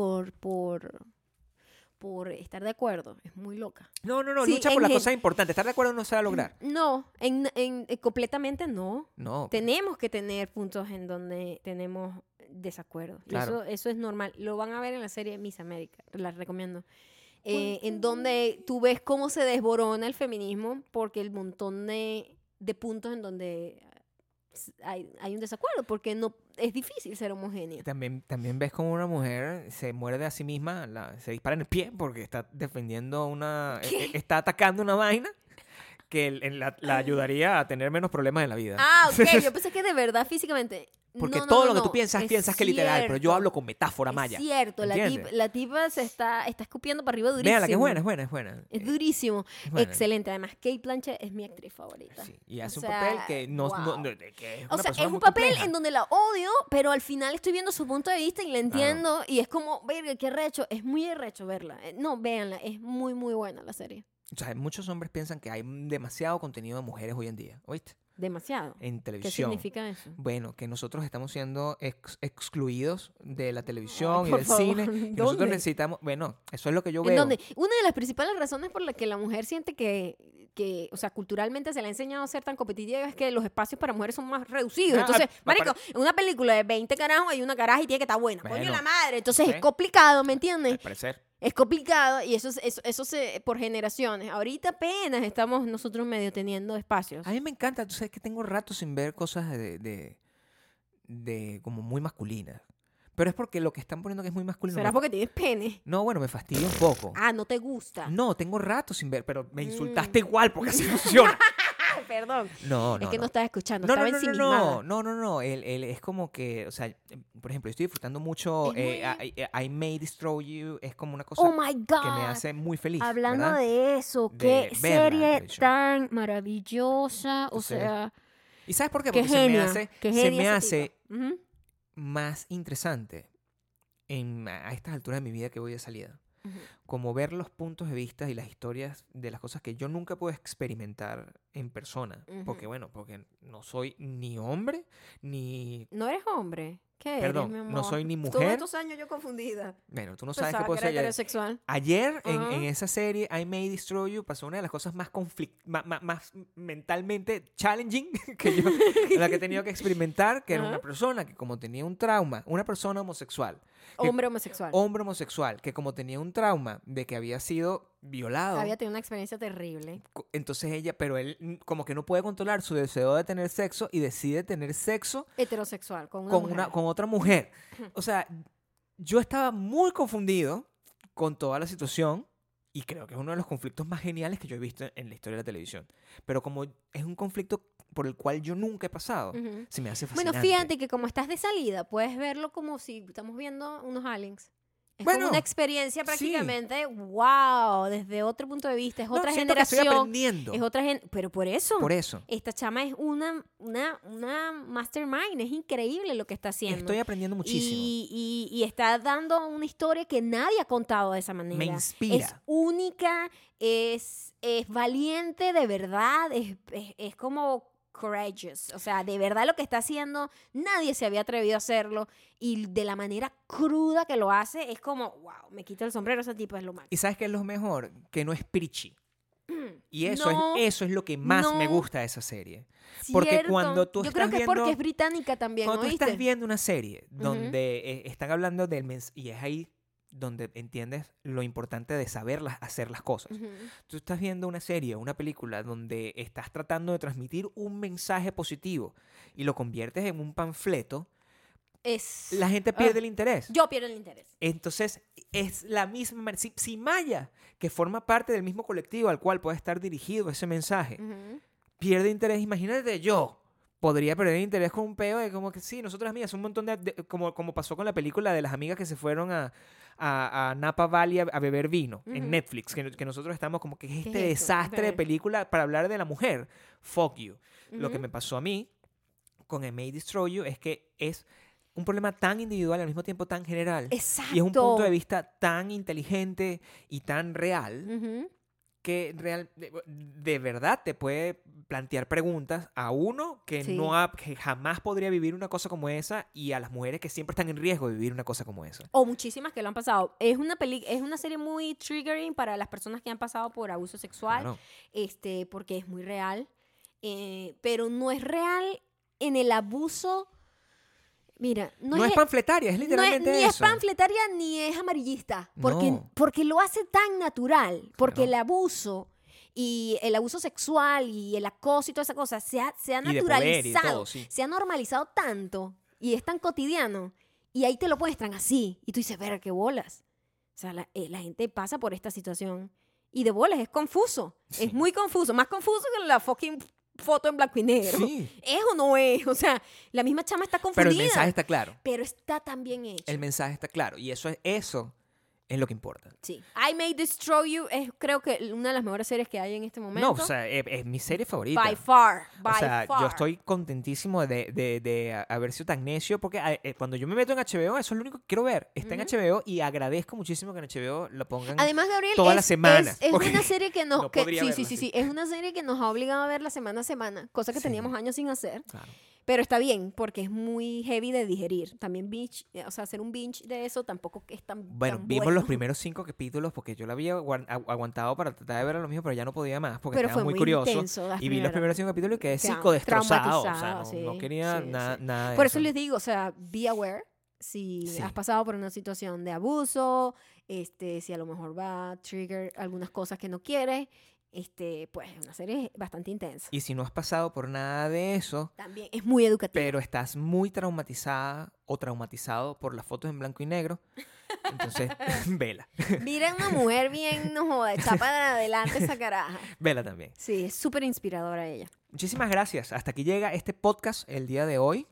por estar de acuerdo es muy loca. no, Sí, lucha por las en cosas importantes. Estar de acuerdo no se va a lograr. No, completamente no. No. Tenemos que tener puntos en donde tenemos desacuerdo. Claro. Y eso es normal. Lo van a ver en la serie Miss América, la recomiendo. En donde tú ves cómo se desborona el feminismo porque el montón de puntos en donde hay un desacuerdo, porque no es difícil ser homogéneo. También ves como una mujer se muerde a sí misma, se dispara en el pie porque está defendiendo está atacando una vaina que la ayudaría a tener menos problemas en la vida. Ok, yo pensé que de verdad físicamente. Porque No, todo no, lo que tú no, piensas es que literal, pero yo cierto. hablo con metáfora maya. Es cierto, ¿Entiendes? la tipa se está escupiendo para arriba durísimo. Véala, que es buena. Es durísimo. Es buena. Excelente. Además, Kate Blanchett es mi actriz favorita. Sí, y hace O un sea, papel que wow. que es O una sea, persona es un muy papel compleja. en donde la odio, pero al final estoy viendo su punto de vista y la entiendo. Y es como, verga, qué recho. Es muy arrecho verla. No, véanla. Es muy, muy buena la serie. O sea, muchos hombres piensan que hay demasiado contenido de mujeres hoy en día, ¿oíste? Demasiado. En ¿Qué televisión. significa eso? Bueno, que nosotros estamos siendo excluidos de la televisión y por del favor, cine. Y nosotros ¿dónde? necesitamos, bueno, eso es lo que yo En veo. donde una de las principales razones por las que la mujer siente o sea, culturalmente se le ha enseñado a ser tan competitiva es que los espacios para mujeres son más reducidos. Entonces, marico, en una película de 20 carajos hay una caraja y tiene que estar buena. Coño, Bueno, la madre. Entonces sí. es complicado, ¿me entiendes? Al parecer. Es complicado y eso por generaciones. Ahorita apenas estamos nosotros medio teniendo espacios. A mí me encanta, tú sabes que tengo rato sin ver cosas de como muy masculinas. Pero es porque lo que están poniendo que es muy masculino. ¿Será porque tienes pene? No, bueno, me fastidia un poco. No te gusta. No, tengo rato sin ver, pero me insultaste igual porque así funciona. Perdón. No, Es que no estaba escuchando, no, estaba no, ensimismada. no. Él es como que, o sea, por ejemplo, yo estoy disfrutando mucho I May Destroy You, es como una cosa Oh my God. que me hace muy feliz. Hablando ¿verdad? de eso, De qué verla en la serie televisión. tan maravillosa. O Entonces, sea, ¿Y sabes por qué? qué Porque genia. se Qué me genia esa hace tipa. Ujú. más interesante a estas alturas de mi vida que voy de salida. Ujú. Como ver los puntos de vista y las historias de las cosas que yo nunca puedo experimentar en persona. Ujú. Porque no soy ni hombre, ni... ¿No eres hombre? ¿Qué Perdón, eres, mi amor? no soy ni Todos mujer. estos años yo confundida. Bueno, tú no sabes qué Pensaba puedo que era ser. heterosexual. Ayer, Ajá. en esa serie, I May Destroy You, pasó una de las cosas más más mentalmente challenging la que he tenido que experimentar, que era Ajá. una persona que como tenía un trauma, una persona homosexual, Hombre homosexual. hombre homosexual, que como tenía un trauma de que había sido violado, Había tenido una experiencia terrible. entonces pero él como que no puede controlar su deseo de tener sexo y decide tener sexo Heterosexual, con una con, mujer. con otra mujer. O sea, yo estaba muy confundido con toda la situación y creo que es uno de los conflictos más geniales que yo he visto en la historia de la televisión. Pero como es un conflicto por el cual yo nunca he pasado, Ujú. se me hace fascinante. Bueno, fíjate que como estás de salida, puedes verlo como si estamos viendo unos aliens. Es Bueno, como una experiencia sí. prácticamente, wow, desde otro punto de vista, es No, otra siento que estoy generación. aprendiendo. Es otra pero por eso. Por eso. Esta chama es una mastermind, es increíble lo que está haciendo. Estoy aprendiendo muchísimo. Y está dando una historia que nadie ha contado de esa manera. Me inspira. Es única, es valiente de verdad, es como courageous. O sea, de verdad lo que está haciendo, nadie se había atrevido a hacerlo. Y de la manera cruda que lo hace, es como, wow, me quito el sombrero, ese tipo es lo máximo. ¿Y sabes qué es lo mejor? Que no es preachy. Y eso, No, eso es lo que más me no. gusta de esa serie. Porque Cierto. cuando tú Yo estás creo que es viendo... porque es británica también, Cuando tú ¿oíste? estás viendo una serie donde están hablando del y es ahí donde entiendes lo importante de saber hacer las cosas. Ujú. Tú estás viendo una serie, una película donde estás tratando de transmitir un mensaje positivo y lo conviertes en un panfleto, la gente pierde el interés. Yo pierdo el interés. Entonces, es la misma... Si Maya, que forma parte del mismo colectivo al cual puede estar dirigido ese mensaje, pierde interés, imagínate yo. Podría perder interés con un peo de como que sí, nosotras amigas, un montón como pasó con la película de las amigas que se fueron a Napa Valley a beber vino en Netflix, que nosotros estamos como que es este desastre de película para hablar de la mujer. Fuck you. Lo que me pasó a mí con I May Destroy You es que es un problema tan individual y al mismo tiempo tan general. Exacto. Y es un punto de vista tan inteligente y tan real que de verdad te puede plantear preguntas a uno que, que jamás podría vivir una cosa como esa y a las mujeres que siempre están en riesgo de vivir una cosa como esa. O muchísimas que lo han pasado. Es una serie muy triggering para las personas que han pasado por abuso sexual, Claro. Porque es muy real. Pero no es real en el abuso... Mira, no es panfletaria, es literalmente ni eso. Ni es panfletaria ni es amarillista. No. Porque lo hace tan natural. Porque Claro. el abuso y el abuso sexual y el acoso y toda esa cosa se ha Y de poder y naturalizado. todo, sí. Se ha normalizado tanto y es tan cotidiano. Y ahí te lo muestran así. Y tú dices, ver, qué bolas. O sea, la gente pasa por esta situación. Y de bolas, es confuso. Sí. Es muy confuso. Más confuso que la fucking foto en blanco y negro. Sí. ¿Es o no es? O sea, la misma chama está confundida. Pero el mensaje está claro. Pero está tan bien hecho. El mensaje está claro. Y eso es lo que importa. Sí. I May Destroy You es, creo que, una de las mejores series que hay en este momento. No, o sea, es mi serie favorita. By far. O sea, yo estoy contentísimo de haber sido tan necio porque cuando yo me meto en HBO, eso es lo único que quiero ver. Está en HBO y agradezco muchísimo que en HBO lo pongan Además, Gabriel, toda la semana. Es porque una serie que nos... no podría verla sí. así. Es una serie que nos ha obligado a verla semana a semana, cosa que Sí. teníamos años sin hacer. Claro. Pero está bien, porque es muy heavy de digerir. También hacer un binge de eso tampoco es tan Bueno, tan vimos bueno. los primeros 5 capítulos porque yo lo había aguantado para tratar de ver lo mismo, pero ya no podía más porque Pero estaba fue muy curioso. intenso las Y vi los primeros 5 capítulos y quedé psicodestrozado. O sea, no quería nada de Por eso. eso les digo, o sea, be aware. Si Sí. has pasado por una situación de abuso, si a lo mejor va a trigger algunas cosas que no quieres, pues es una serie bastante intensa. Y si no has pasado por nada de eso, También es muy educativa. pero estás muy traumatizada o traumatizado por las fotos en blanco y negro, entonces vela. Mira una mujer bien, no joda, echa para adelante esa caraja. Vela también. Sí, es súper inspiradora ella. Muchísimas gracias. Hasta aquí llega este podcast el día de hoy.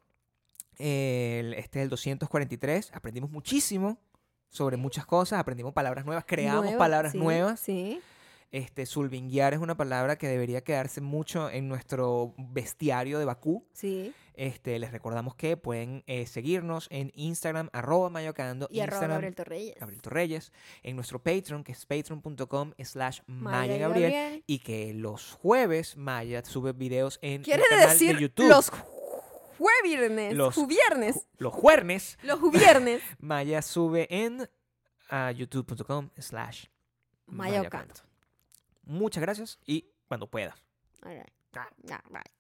Este es el 243. Aprendimos muchísimo sobre muchas cosas. Aprendimos palabras nuevas. Creamos palabras sí, nuevas. Sí. Sulvinguear es una palabra que debería quedarse mucho en nuestro bestiario de Bakú. Sí. Les recordamos que pueden seguirnos en Instagram, @mayocando, Y Instagram, Gabriel Torreyes. Gabriel Torreyes, en nuestro Patreon, que es patreon.com/MayaGabriel, Gabriel. y que los jueves Maya sube videos en el ¿Quieres canal decir de YouTube. los jueviernes? Los Juviernes. Los jueves Los juviernes. Maya sube en youtube.com/MayaOcanto. Maya Ocanto. Muchas gracias y cuando puedas. All right. Ah. Bye.